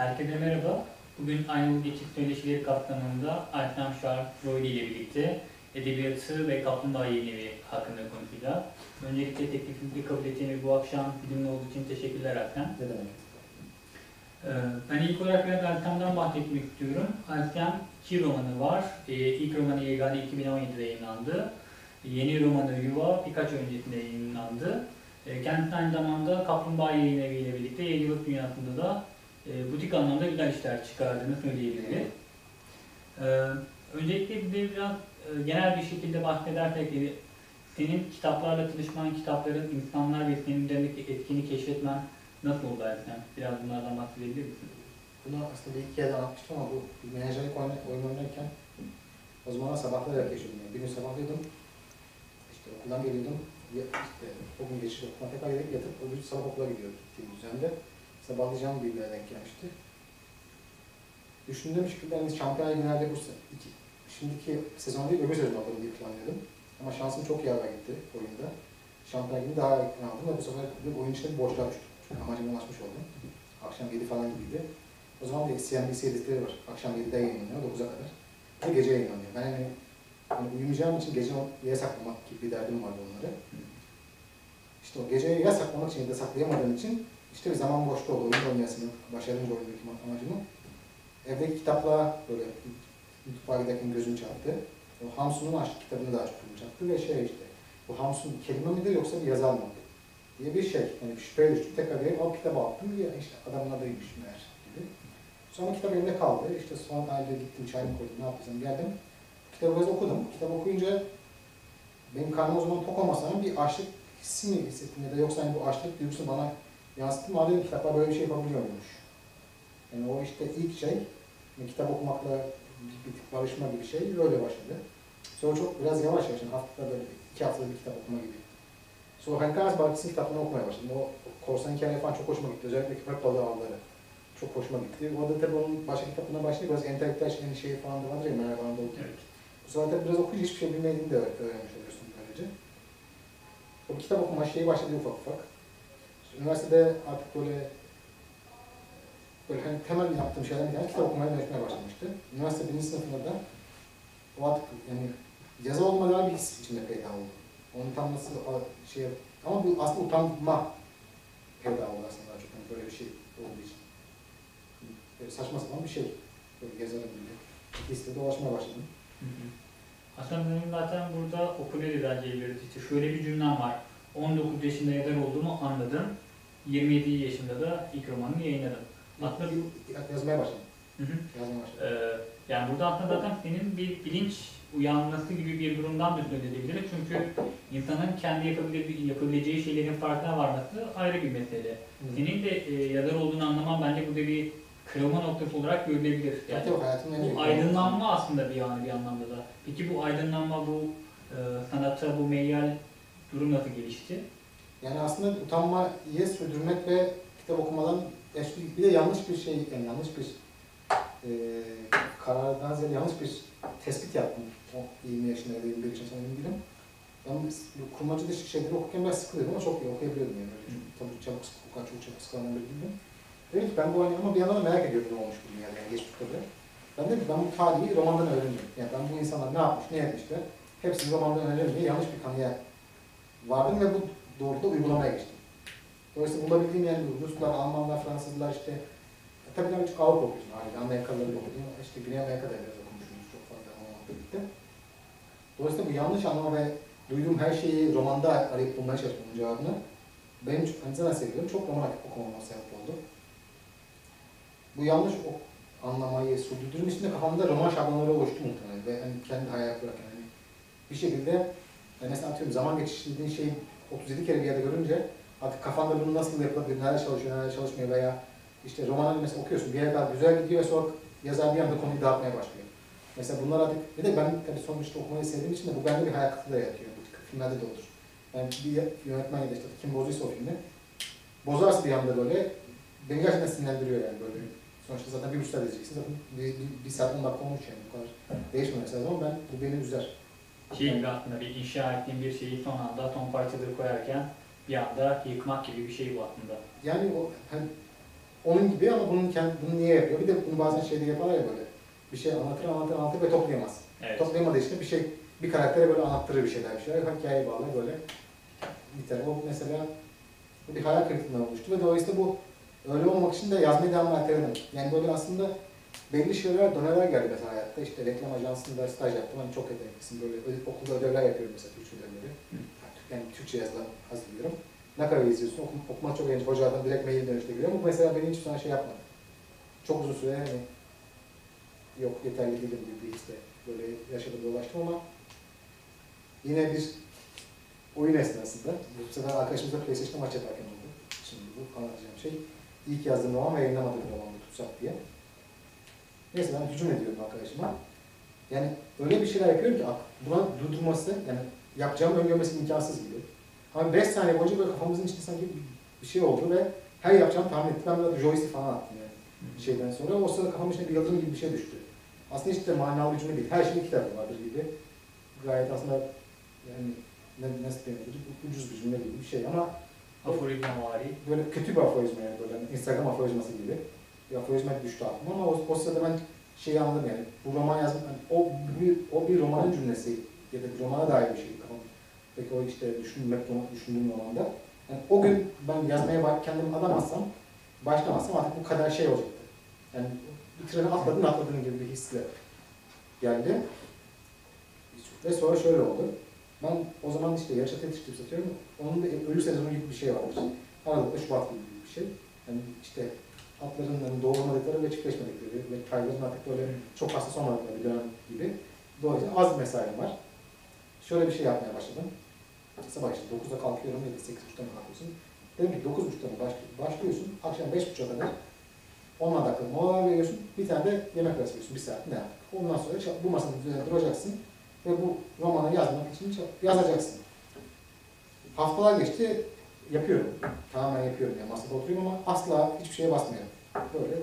Herkese merhaba. Bugün Aynı Geçit Söyleşileri kapsamında Ertem Şaroğlu ile birlikte edebiyatı ve kaplumbağa yayınevi hakkında konuşacağız. Öncelikle teklifimizi kabul ettiğiniz bu akşam bizimle olduğu için teşekkürler Ertem. Ne demek? Ben ilk olarak biraz Ertem'den bahsetmek istiyorum. Ertem 2 romanı var. İlk romanı Yegane 2017'de yayınlandı. Yeni romanı Yuva birkaç ay öncesinde yayınlandı. Kendisi aynı zamanda Kaplumbağa Yayınevi ile birlikte yayıncılık dünyasında da butik anlamda güzel işler çıkardığını söyleyebiliriz. Öncelikle bize biraz genel bir şekilde bahsedersek, senin kitaplarla tanışman, kitapların insanlar ve senin üzerindeki etkini keşfetmen nasıl oldu Ertem? Biraz bunlardan bahsedebilir misin? Bunu aslında bir iki yerde anlatmıştım ama bu menajerlik oyun oynarken o zamanlar sabahları keşfettim. Yani bir gün sabahlıyordum, işte okuldan geliyordum, işte o gün geçip okula tekrar gelip yatıp o gün sabah okula gidiyordum gittiğim düzende. Sabahlayacağım bir denk gelmişti. Düşündüğüm şekilde hani şampiyonlar genelde bu şimdiki sezon değil öbür sezon alırım diye planlıyordum. Ama şansım çok yaver gitti oyunda. Şampiyonlar gibi daha yakın aldım ve bu sefer oyun içinde bir boşluğa düştüm. Çünkü amacıma ulaşmış oldum. Akşam 7 falan gibiydi. O zaman bir CNBC editleri var. Akşam 7'de yayınlanıyor, 9'a kadar. Ve gece yayınlanıyor. Ben hani uyumayacağım için gece ya saklamak gibi bir derdim vardı onları. İşte o geceyi ya saklamak için ya da saklayamadığım için işte bir zaman boşluğu oldu. Oyun oynayasının, başarınca oyundaki amacımı. Evdeki kitapla böyle mutfağa giderken gözüm çarptı. O Hamsun'un Aşk kitabını daha çok gözüm çarptı ve işte bu Hamsun kelime midir yoksa bir yazar mı diye bir şey. Yani bir şüpheye düştüm. Tekrar gelip o kitabı attım diye işte adamın adıymış meğer gibi. Sonra kitap elimde kaldı. İşte son halde gittim çayımı koydum ne yaptıysam geldim. Kitabı biraz okudum. Kitabı okuyunca benim karnım o zaman tok olmasa bir açlık hissi mi hissettim ya da yoksa hani bu açlık duygusunu bana yansıttı mı? Dedim kitaplar böyle bir şey yapabiliyormuş. Yani o işte ilk şey, kitap okumakla bir tık barışma gibi şey öyle başladı. Sonra çok biraz yavaş yavaş, yani haftada böyle 2 haftada bir kitap okuma gibi. Sonra Hakkari Bahçesi'nin kitaplarını okumaya başladım. O korsan hikayeleri falan çok hoşuma gitti. Özellikle köpek balığı avları çok hoşuma gitti. Orada tabii onun başka kitaplarına başlayınca biraz entelektüel şeyi falan da vardır ya, merak falan da oldu. Evet. Bu sefer tabii biraz okuyunca hiçbir şey bilmediğini de öğrenmiş oluyorsun böylece. O kitap okuma şeyi başladı ufak ufak. Üniversitede artık böyle hani temel yaptığım şeylerden bir tane kitap okumaya dönüşmeye başlamıştı. Üniversite 1. sınıfında da o artık yani yazı olmadan bir his içinde peyda oldu. Onun tam nasıl şey ama bu aslında utanma peyda oldu aslında daha çok yani böyle bir şey olduğu için. Böyle saçma sapan bir şey. Böyle yazarım gibi. Hisle dolaşmaya başladım. Aslında benim zaten burada okuleli dergileri işte şöyle bir cümlem var. 19 yaşında yazar olduğumu anladım. 27 yaşında da ilk romanımı yayınladım. Aslında Yazmaya başladım. Hı hı. Yazmaya başladım. Yani burada aslında zaten senin bir bilinç uyanması gibi bir durumdan da söz edebiliriz. Çünkü insanın kendi yapabileceği şeylerin farkına varması ayrı bir mesele. Senin de yazar olduğunu anlaman bence burada bir kırılma noktası olarak görülebilir. Yani bu aydınlanma aslında bir anlamda da. Peki bu aydınlanma, bu sanata, bu meyyal durum nasıl gelişti? Yani aslında utanmayı sürdürmek ve kitap okumadan bir de yanlış bir şey, yani yanlış bir karardan ziyade yanlış bir tespit yaptım. O 20 yaşında ya da 21 yaşında emin değilim. Ben kurmaca dışı şeyleri okurken ben sıkılıyordum ama çok iyi okuyabiliyordum yani. Tabii çabuk sıkılan bir değilim. Dedim ki ben bu ama bir yandan da merak ediyorum ne olmuş bu dünyada yani geçmiş tabii. Ben dedim ki ben bu tarihi romandan öğrendim. Yani ben bu insanlar ne yapmış, ne etmişler, hepsini romandan öğrendim diye yanlış bir kanıya vardım ve bu doğrultuda uygulamaya geçtim. Dolayısıyla bulabildiğim yani Ruslar, Almanlar, Fransızlar işte tabii ben çok Avrupa okuyorsun haliyle, Amerikalıları okudum. İşte Güney Amerika'da biraz okumuşsunuz çok fazla Almanla birlikte. Dolayısıyla bu yanlış anlama ve duyduğum her şeyi romanda arayıp bulmaya çalışmanın cevabını benim çok zaten seviyorum. Çok roman okumama sebep oldu. Bu yanlış anlamayı sürdürdüğüm için de kafamda roman şablonları oluştu muhtemelen ve hani kendi hayal kurarken hani bir şekilde yani mesela atıyorum zaman geçişi dediğin şeyi 37 kere bir yerde görünce artık kafanda bunu nasıl yapılabilir, nerede çalışıyor, nerede çalışmıyor veya işte romanı mesela okuyorsun bir yere kadar güzel gidiyor ve sonra yazar bir anda konuyu dağıtmaya başlıyor. Mesela bunlar artık, bir de ben tabii sonuçta okumayı sevdiğim için de bu bende bir hayal kırıklığı da yaratıyor. Bu filmlerde de olur. Yani bir yönetmen ya da işte kim bozduysa o filmi, bozarsa bir anda böyle, beni gerçekten sinirlendiriyor yani böyle. Sonuçta zaten 1,5 saat izleyeceksin, zaten bir saat 10 dakika olmuş yani bu kadar değişmemesi lazım ama bu beni üzer. Gibi aslında bir inşa ettiğin bir şeyi son anda son parçaları koyarken bir anda yıkmak gibi bir şey bu aslında. Yani o hani onun gibi ama bunu niye yapıyor? Bir de bunu bazen şeyde yaparlar ya böyle. Bir şey anlatır ve toplayamaz. Evet. Toplayamadığı için bir karaktere böyle anlattırır bir şeyler. Hikayeye bağlı böyle biter. O mesela bir hayal kırıklığına olmuştu ve dolayısıyla bu öyle olmak için de yazmaya devam ettirdim. Yani böyle aslında belli şeyler, döneler geldi mesela hayatta. İşte reklam ajansında staj yaptım. Hani çok yeteneklisin. Böyle okulda ödevler yapıyorum mesela Türkçe ödevleri. Yani Türkçe yazılan hazırlıyorum. Ne kadar izliyorsun? Okumak çok eğlenceli. Hocadan direkt mail dönüşte geliyor. Bu mesela beni hiçbir zaman şey yapmadı. Çok uzun süre hani yok yeterli değilim gibi bir hisle böyle yaşadım dolaştım ama yine bir oyun esnasında bu sefer arkadaşımızla PlayStation'da maç yaparken oldu. Şimdi bu anlatacağım şey ilk yazdığım roman ve yayınlamadığım romandı Tutsak diye. Neyse ben hücum ediyorum arkadaşıma. Yani öyle bir şeyler yapıyorum ki buna durdurması yani yapacağımı öngörmesi imkansız gibi. Ama 5 saniye boyunca böyle kafamızın içinde sanki bir şey oldu ve her yapacağımı tahmin ettim. Ben böyle joystick falan attım yani şeyden sonra. O sırada kafamın içinde bir yıldırım gibi bir şey düştü. Aslında hiç de manalı bir cümle değil. Her şeyin iki tarafı vardır gibi. Gayet aslında yani nasıl denilir? Ucuz bir cümle gibi bir şey ama Aforizmavari. böyle kötü bir aforizma yani böyle Instagram aforizması gibi. Bir aforizma düştü aklıma ama o sırada ben şeyi anladım yani bu roman yazmak, yani o bir romanın cümlesi ya da bir romana dair bir şey. Peki o işte düşündüğüm romanda. Yani o gün ben yazmaya kendimi adamazsam, başlamazsam artık bu kadar şey olacaktı. Yani bir treni atladın gibi bir hisle geldi. Ve sonra şöyle oldu. Ben o zaman işte yarışa yetiştirip satıyorum. Onun da ölü sezonu gibi bir şey vardır. Aralık'ta Şubat gibi bir şey. Yani işte atların hani doğurmadıkları ve çiftleşmedikleri ve kayların artık böyle çok hassas olmadıkları bir dönem gibi. Dolayısıyla az mesaim var. Şöyle bir şey yapmaya başladım. Sabah işte 9'da kalkıyorum ya da 8.30'da mı kalkıyorsun? Dedim ki 9.30'da mı başlıyorsun, akşam 5.30'a kadar 10 dakika molalar veriyorsun, bir tane de yemek arası veriyorsun, bir saat ne yaptık. Ondan sonra bu masanın üzerine duracaksın ve bu romanı yazmak için yazacaksın. Haftalar geçti, yapıyorum. Tamamen yapıyorum yani masada oturuyorum ama asla hiçbir şeye basmıyorum. Böyle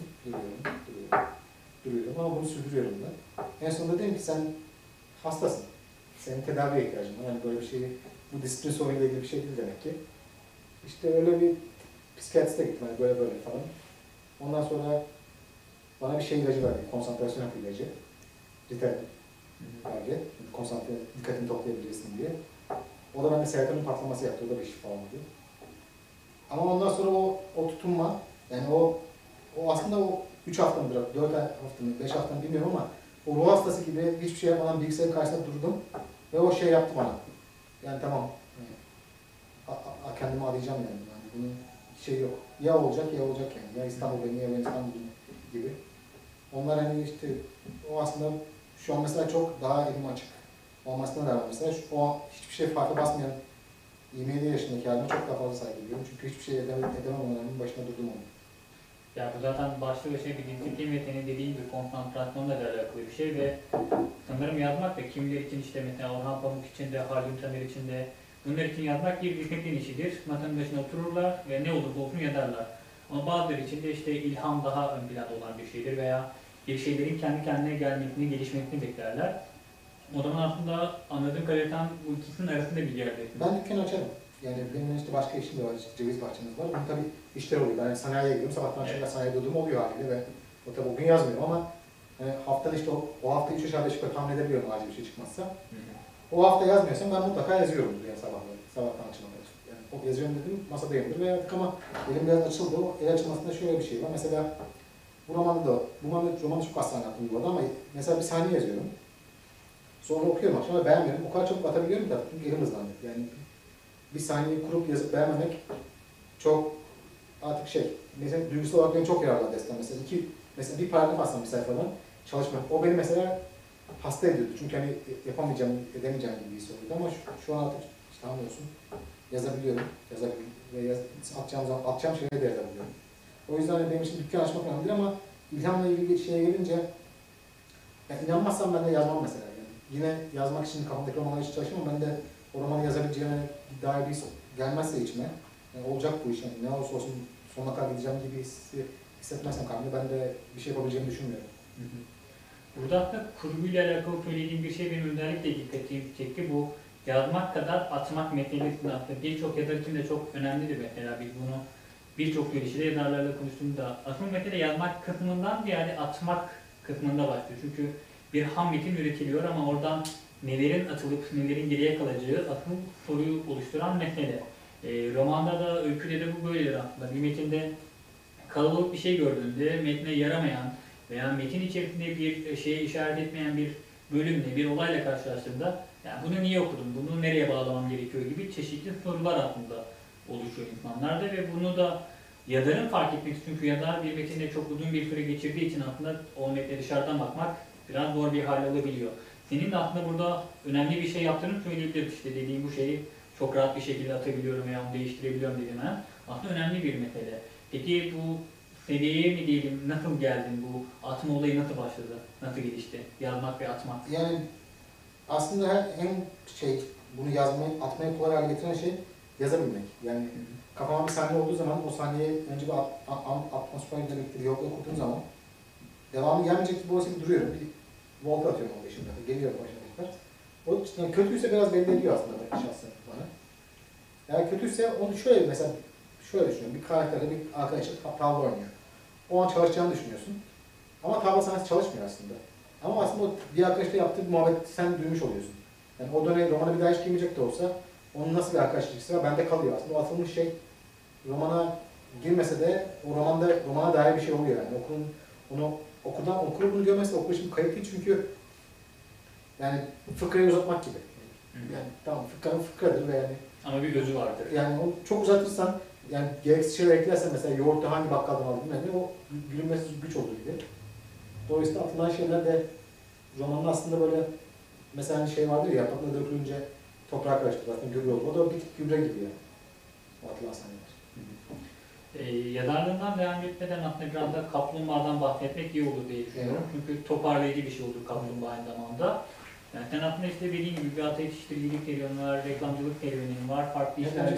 duruyorum ama bunu sürdürüyorum da. En sonunda dedim ki sen hastasın. Senin tedaviye ihtiyacın var. Yani böyle bir şey, bu disiplin sorunuyla ilgili bir şey değil demek ki. İşte öyle bir psikiyatriste gittim hani böyle falan. Ondan sonra bana bir şey ilacı verdi, konsantrasyon hapı ilacı. Ritalin verdi. Konsantre, dikkatini toplayabilirsin diye. O da bende serotonin patlaması yaptı, o da bir şifa oldu. Ama ondan sonra o tutunma, yani o aslında o 3 hafta mıdır, 4 hafta mı, 5 hafta mı bilmiyorum ama o ruh hastası gibi hiçbir şey yapmadan bilgisayarın karşısında durdum ve o şey yaptı bana. Yani tamam, kendimi arayacağım yani. Bunun şey yok. Ya olacak yani. Ya İstanbul benim ya ben İstanbul gibi. Onlar hani işte o aslında şu an mesela çok daha elim açık olmasına rağmen mesela o hiçbir şey farka basmayan 27 yaşındaki halime çok daha fazla saygı duyuyorum. Çünkü hiçbir şey edemem onların başına durdum onu. Ya bu zaten başlı başına bir disiplin ve senin dediğin gibi konsantrasyonla da alakalı bir şey ve sanırım yazmak da kimileri için işte mesela Orhan Pamuk için de, Haldun Taner için de bunlar için yazmak bir disiplin işidir. Masanın başına otururlar ve ne olursa olsun yazarlar. Ama bazıları için de işte ilham daha ön planda olan bir şeydir veya bir şeylerin kendi kendine gelmesini, gelişmesini beklerler. O zaman aslında anladığım kadarıyla bu ikisinin arasında bir yerdesin. Ben dükkan açarım. Yani benim işte başka işim de var, işte ceviz bahçemiz var. Bunun tabii işler oluyor. Ben sanayiye gidiyorum, sabahtan akşama sanayide durduğum oluyor haliyle ve o tabii o gün yazmıyorum ama haftada işte o hafta 3 aşağı 5 yukarı tahmin edebiliyorum acil bir şey çıkmazsa. O hafta yazmıyorsam ben mutlaka yazıyorumdur yani sabahtan akşama kadar. Yani o yazıyorum dedim, masadayımdır ve artık ama elim biraz açıldı. O el açılmasında şöyle bir şey var. Mesela bu romanı çok az anlattım bu arada ama mesela bir sahne yazıyorum. Sonra okuyorum akşam ve beğenmiyorum. O kadar çabuk atabiliyorum ki çünkü elim hızlandı. Yani bir sahneyi kurup yazıp beğenmemek çok artık şey, mesela duygusal olarak beni çok yararladı destem. Mesela bir paragraf atsam bir sayfadan çalışmak. O beni mesela hasta ediyordu. Çünkü hani yapamayacağım, edemeyeceğim gibi bir hissediyordu ama şu an artık işte anlıyorsun. Yazabiliyorum ve atacağım şeyleri de yazabiliyorum. O yüzden hani benim için dükkan açmak önemli değil ama ilhamla ilgili şeye gelince yani inanmazsam ben de yazmam mesela. Yani yine yazmak için kafamdaki romanlar hiç çalışmam. Ben de o romanı yazabileceğime dair bir gelmezse içime, yani olacak bu iş, yani ne olursa olsun sonuna kadar gideceğim gibi hissetmezsem kalbimde ben de bir şey yapabileceğimi düşünmüyorum. Burada aslında kurguyla alakalı söylediğim bir şey benim özellikle dikkatimi çekti. Bu yazmak kadar atmak meselesinde aslında birçok yazar için de çok önemlidir mesela. Biz bunu birçok söyleşide yazarlarla konuştuğumda asıl mesele yazmak kısmından ziyade atmak kısmında başlıyor. Çünkü bir ham metin üretiliyor ama oradan nelerin atılıp nelerin geriye kalacağı asıl soruyu oluşturan mesele. Romanda da, öyküde de bu böyledir aslında. Bir metinde kalabalık bir şey gördüğünde metne yaramayan veya metin içerisinde bir şeye işaret etmeyen bir bölümle, bir olayla karşılaştığında yani bunu niye okudum, bunu nereye bağlamam gerekiyor gibi çeşitli sorular aslında oluşuyor insanlarda ve bunu da yazarın fark etmesi, çünkü yazar bir metinde çok uzun bir süre geçirdiği için aslında o metne dışarıdan bakmak biraz zor bir hal alabiliyor. Senin de aslında burada önemli bir şey yaptığını söyleyebiliriz. İşte dediğim bu şeyi çok rahat bir şekilde atabiliyorum veya onu değiştirebiliyorum dediğim an. Aslında önemli bir mesele. Peki bu seviyeye mi diyelim, nasıl geldin, bu atma olayı nasıl başladı, nasıl gelişti, yazmak ve atmak? Yani aslında en bunu yazmayı, atmayı kolay hale getiren şey yazabilmek. Yani kafama bir sahne olduğu zaman o sahneyi önce bir atmosferle birlikte okuduğum zaman devamı gelmeyecek gibi olsa bir duruyorum. Bir volta atıyorum 15 dakika. Geliyor başına. O yani kötüyse biraz belli ediyor aslında şahsen bana. Eğer kötüyse onu şöyle mesela şöyle düşünüyorum. Bir karakterle bir arkadaşla tavla oynuyor. O an çalışacağını düşünüyorsun. Ama tavla sahnesi çalışmıyor aslında. Ama aslında o bir arkadaşla yaptığı bir muhabbeti sen duymuş oluyorsun. Yani o dönem romana bir daha hiç girmeyecek de olsa onun nasıl bir arkadaşlık var bende kalıyor aslında. O atılmış şey romana girmese de o romana dair bir şey oluyor yani. Okurun bunu görmesi de okur için kayıp değil çünkü yani fıkrayı uzatmak gibi. Yani tamam fıkradır ve yani. Ama bir özü vardır. Yani o çok uzatırsan yani gereksiz şeyler eklersen mesela yoğurtu hangi bakkaldan aldın yani o gülünmesi güç olur gibi. Dolayısıyla atılan şeyler de romanın aslında böyle mesela şey vardır ya yaprakla dökülünce toprak karıştırır aslında gübre olur. O da bir tık gübre gibi yani. O atılan sahneler. Yazarlığından devam etmeden aslında biraz da kaplumbağadan bahsetmek iyi olur diye düşünüyorum. Evet. Çünkü toparlayıcı bir şey olur kaplumbağa aynı zamanda. Yani sen aslında işte dediğin gibi bir ata yetiştiricilik serüveni var, reklamcılık serüvenin var, farklı işlerde,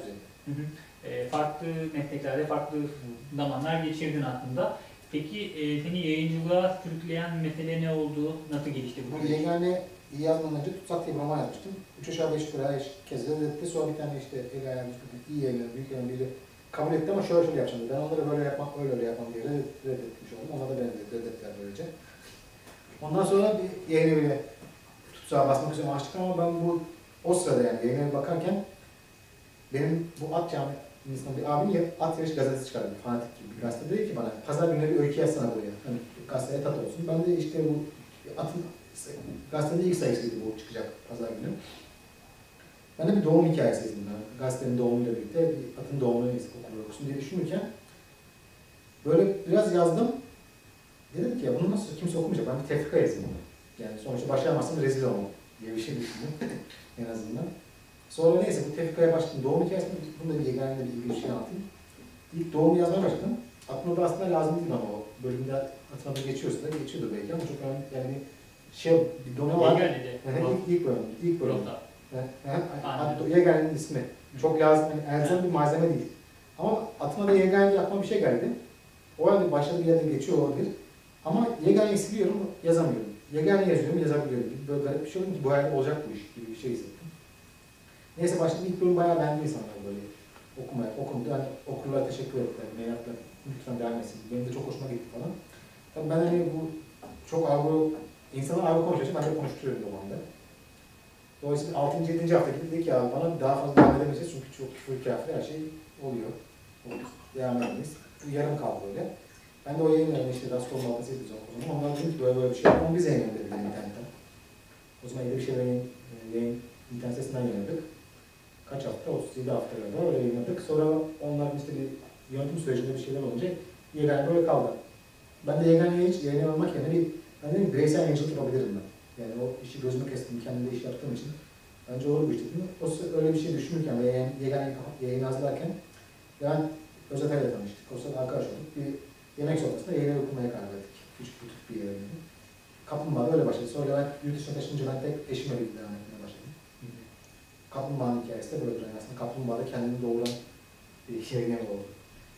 farklı mesleklerde, farklı zamanlar geçirdin aslında. Peki seni yayıncılığa sürükleyen mesele ne oldu, nasıl gelişti bu? Bu yegane iyi yazmadan önce Tutsak diye bir roman yazmıştım. 3 aşağı 5 yukarı her kez reddetti. Sonra bir tane işte el ayarlı, iyi yayınlayan, büyük yayınlayan biri kabul etti ama şöyle yapacağım dedi. Ben onları böyle yapmam, öyle yapmam diye reddetmiş oldum. Onlar da beni reddettiler böylece. Ondan sonra bir yayın evine tutsağa basmak üzere açtık ama ben o sırada yani yayın evine bakarken benim bu at camiasından bir abim at yarış gazetesi çıkardı. Fanatik gibi bir gazete dedi ki bana pazar günleri bir öykü yazsana buraya. Hani gazeteye tat olsun. Ben de işte bu atın gazetenin ilk sayısıydı bu çıkacak pazar günü. Ben de bir doğum hikayesi yazdım. Gazetenin doğumuyla birlikte bir atın doğumunu okuyorsun diye düşünürken böyle biraz yazdım. Dedim ki ya bunu nasıl kimse okumayacak, ben bir tefrika yazayım. Yani sonuçta başlayamazsam rezil olmam diye bir şey düşündüm en azından. Sonra neyse bu tefrikaya başladım. Doğum hikayesinde bunu da bir yeganede bir ilginç şey anlatayım. İlk doğumu yazmaya başladım. Aklıma da aslında lazım değil ama o bölümde atmada geçiyorsa da geçiyordur belki ama çok önemli yani bir donu var. İlk bölüm. Yegane'nin ismi. Çok lazım, yani elzem bir malzeme değil. Ama atına da Yegane yapma bir şey geldi. O halde başladı bir yerde geçiyor olabilir. Ama Yegane'yi siliyorum, yazamıyorum. Yegane yazıyorum, yazabiliyorum. Böyle garip bir şey oldu ki bu halde olacak bu iş gibi bir şey hissettim. Neyse başladım ilk bölüm bayağı beğendi insanlar böyle okundu. Hani okurlara teşekkür ettiler, merakla lütfen devam etsin. Benim de çok hoşuma gitti falan. Tabii ben hani bu çok insanlar ağır konuşuyor, ben de konuşturuyorum romanda. Dolayısıyla 6. 7. hafta dedik ya bana daha fazla devam edemeyeceğiz çünkü çok küfür kâfir her şey oluyor. Devam edemeyiz. Bu yarım kaldı böyle. Ben de o yayınlarını işte Raskol'un altı yapacağız o zaman. Onlar dedim ki böyle bir şey yapalım biz yayınlayalım dediler internetten. O zaman bir şeyler yayın internet sitesinden yayınladık. Kaç hafta? 37 hafta kadar öyle yayınladık. Sonra onlar işte bir yönetim sürecinde bir şeyler olunca Yegane böyle kaldı. Ben de Yegane'ye hiç yayınlamamak yerine ben dedim bireysel yayıncılık yapabilirim ben. Yani o işi gözüme kestim, kendimde iş yaptığım için. Bence olur bir iş dedim. Öyle bir şey düşünürken ve yayın hazırlarken ben Özet ile tanıştık. O sırada arkadaş olduk. Bir yemek sofrasında yayını okumaya karar verdik. Küçük bir yayını. Kaplumbağa'da öyle başladı. Sonra ben yurt dışına taşınınca ben tek eşimle birlikte devam etmeye başladım. Kaplumbağa'nın hikayesi de böyle. Yani aslında Kaplumbağa'da kendini doğuran bir yayın evi oldu.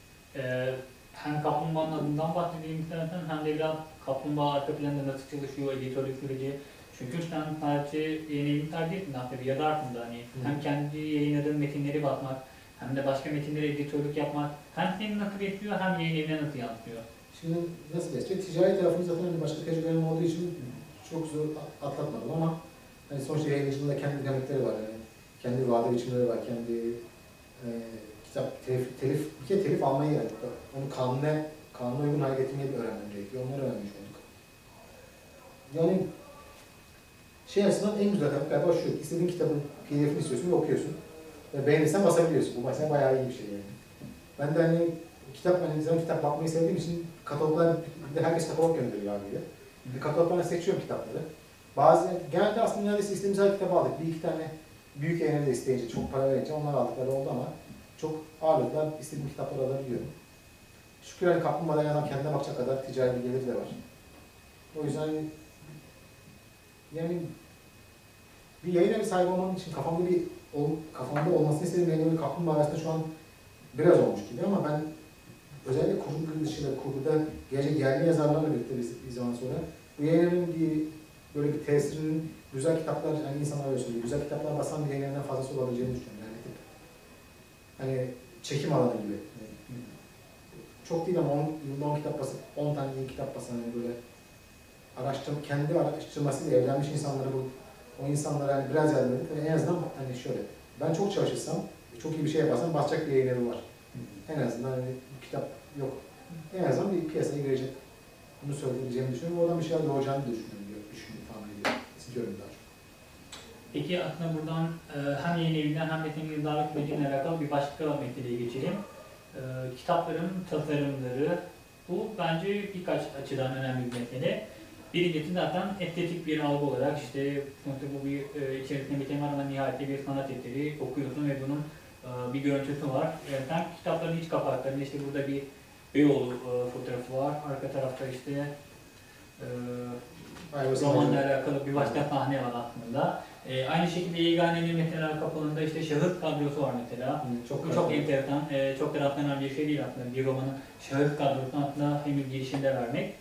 Hem Kaplumbağa'nın adından bahsedeyim istersen hem de biraz Kaplumbağa arka planında nasıl çalışıyor, editörlük süreci. Çünkü sen sadece yayın evini tercih ettin aslında bir yadarsın da hani hem kendi yayınladığın metinleri basmak hem de başka metinlere editörlük yapmak hem seni nasıl besliyor hem yayın evine nasıl yansıyor? Şimdi nasıl besliyor? Ticari tarafını zaten hani başka tecrübelerim olduğu için çok zor atlatmadım ama hani sonuçta yayıncılığın da kendi dinamikleri var. Yani kendi vade biçimleri var, kendi kitap, bir kere telif almayı yani. Onu kanuna uygun hale getirmeyi öğrenmem gerekiyor. Onları öğrenmiş olduk. Yani şey açısından en güzel tarafı galiba şu, istediğin kitabın PDF'ini istiyorsun ve okuyorsun. Ve beğenirsen basabiliyorsun. Bu mesela bayağı iyi bir şey yani. Ben de hani kitap bakmayı sevdiğim için kataloglar, bir de herkes katalog gönderiyor abiyle. Bir katalogdan seçiyorum kitapları. Genelde aslında neredeyse istediğimiz her kitabı aldık. Bir iki tane büyük yayınları da isteyince, çok para verince onlar aldıkları oldu ama çok ağırlıkla istediğim kitapları alabiliyorum. Şükür hani kaplumbağadan yazan kendine bakacak kadar ticari bir gelir de var. O yüzden yani bir yayın evi sahibi olmanın için kafamda olmasını istediğim yayın evi kaplumbağa arasında şu an biraz olmuş gibi ama ben özellikle kurgu dışı ve kurguda gelecek yerli yazarlarla birlikte bir zaman sonra bu yayın evinin böyle bir tesirinin güzel kitaplar, hani insanlar öyle söylüyor, güzel kitaplar basan bir yayın evinden fazlası olabileceğini düşünüyorum. Yani hani çekim alanı gibi. Yani çok değil ama 10 kitap basıp 10 tane iyi kitap basan hani böyle kendi araştırmasıyla evlenmiş insanları o insanlara hani biraz yardım edip en azından hani şöyle, ben çok çalışırsam, çok iyi bir şey yaparsam basacak bir yayın evi var. En azından hani bir kitap yok. En azından bir piyasaya girecek. Bunu söyleyebileceğimi düşünüyorum. Oradan bir şeyler doğacağını düşünüyorum, tahmin ediyorum. İstiyorum daha çok. Peki aslında buradan hem yayın evinden hem de senin yazarlık süreciyle alakalı bir başka meseleye geçelim. Kitapların tasarımları, bu bence birkaç açıdan önemli bir mesele. Birincisi zaten estetik bir algı olarak işte sonuçta bu bir içerisinde bir tema ama nihayetinde bir sanat eseri okuyorsun ve bunun bir görüntüsü var. Sen kitapların iç kapaklarında işte burada bir Beyoğlu fotoğrafı var. Arka tarafta işte romanla alakalı bir başka sahne var aslında. Aynı şekilde Yegane'nin mesela kapağında işte şahıs kadrosu var mesela. Bu çok enteresan, çok da rastlanan bir şey değil aslında. Bir romanın şahıs kadrosunu aslında henüz girişinde vermek.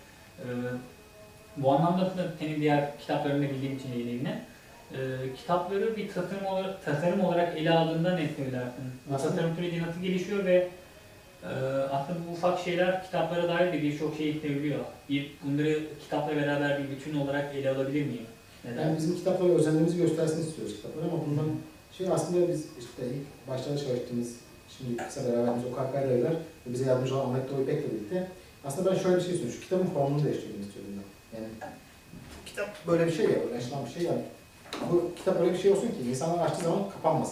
Bu anlamda da senin diğer kitaplarını bildiğim için yayınlayayım. Kitapları bir tasarım olarak ele aldığında ne söylersin? Tasarım süreci nasıl gelişiyor ve aslında bu ufak şeyler kitaplara dair de birçok şey ekleyebiliyor. Bunları kitapla beraber bir bütün olarak ele alabilir miyim? Neden? Yani bizim kitaplara özendiğimizi göstersin istiyoruz kitaplar ama bundan aslında biz işte ilk başlarda çalıştığımız, şimdi kısa beraberimiz o Kakkay'la ve bize yardımcı olan Ahmet Doğu İpek'le birlikte aslında ben şöyle bir şey istiyorum, şu kitabın formunu değiştirmek istiyordum ben. Yani kitap böyle bir şey ya, böyle yaşanan bir şey ya. Bu kitap öyle bir şey olsun ki insanlar açtığı zaman kapanmasın.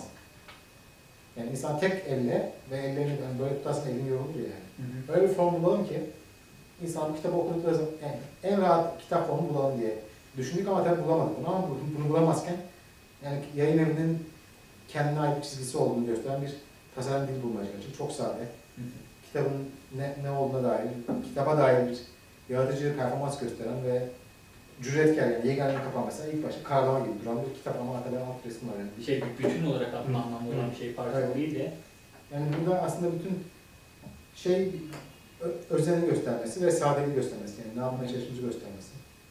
Yani insan tek elle ve ellerini yani böyle tutarsın elini yorulur yani. Böyle bir form bulalım ki insan bu kitabı okudukları zaman yani en rahat kitap formunu bulalım diye düşündük ama tabii bulamadık bunu ama bunu bulamazken yani yayın evinin kendine ait bir çizgisi olduğunu gösteren bir tasarım dili bulmaya çalıştık. Çok sade. Kitabın ne olduğuna dair, kitaba dair bir yaratıcı performans gösteren ve cüretkar yani Yegane'nin kapağı mesela ilk başta karlama gibi duran bir kitap ama arkada alt resim var yani. Bir şey bütün olarak aslında anlamlı olan bir şey parça Evet. değil de. Yani burada aslında bütün şey özeni göstermesi ve sadeliği göstermesi yani ne yapmaya çalıştığımızı göstermesi.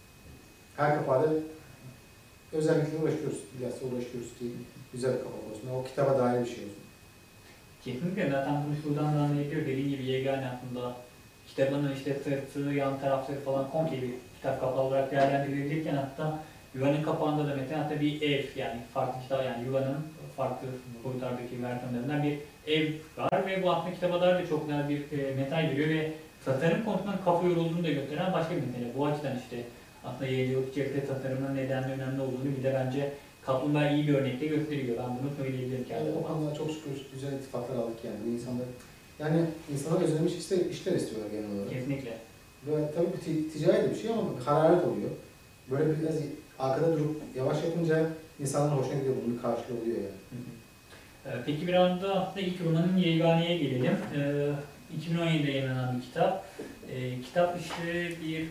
Her kapağda özellikle uğraşıyoruz, bilhassa uğraşıyoruz ki güzel bir kapak olsun, o kitaba dair bir şey olsun. Kesinlikle zaten bunu şuradan da anlayabiliyor. Dediğim gibi Yegane aslında kitabının işte sırtı, yan tarafları falan komple bir kitap kapağı olarak değerlendirilebilirken hatta Yuvanın kapağında da mesela hatta bir ev yani farklı kitap yani Yuvanın farklı boyutlardaki versiyonlarından bir ev var ve bu aslında kitaba dair de çok güzel bir mesaj veriyor ve tasarım konusundan kafa yorulduğunu da gösteren başka bir mesele. Bu açıdan işte aslında yayıncılık içerisinde tasarımın neden önemli olduğunu bir de bence Kaplumbağa iyi bir örnekte gösteriyor. Ben bunu söyleyebilirim kendime. Yani o konuda çok şükür güzel ittifaklar aldık yani. Bu insanlar, yani insanlar özlemiş işler istiyorlar genel olarak. Kesinlikle. Böyle tabii bir ticari de bir şey ama hararet oluyor. Böyle biraz arkada durup yavaş yapınca insanların hoşuna gidiyor. Bunun bir karşılığı oluyor yani. Peki biraz da aslında ilk romanın Yegane'ye gelelim. 2017'de yayınlanan bir kitap. Kitap işte bir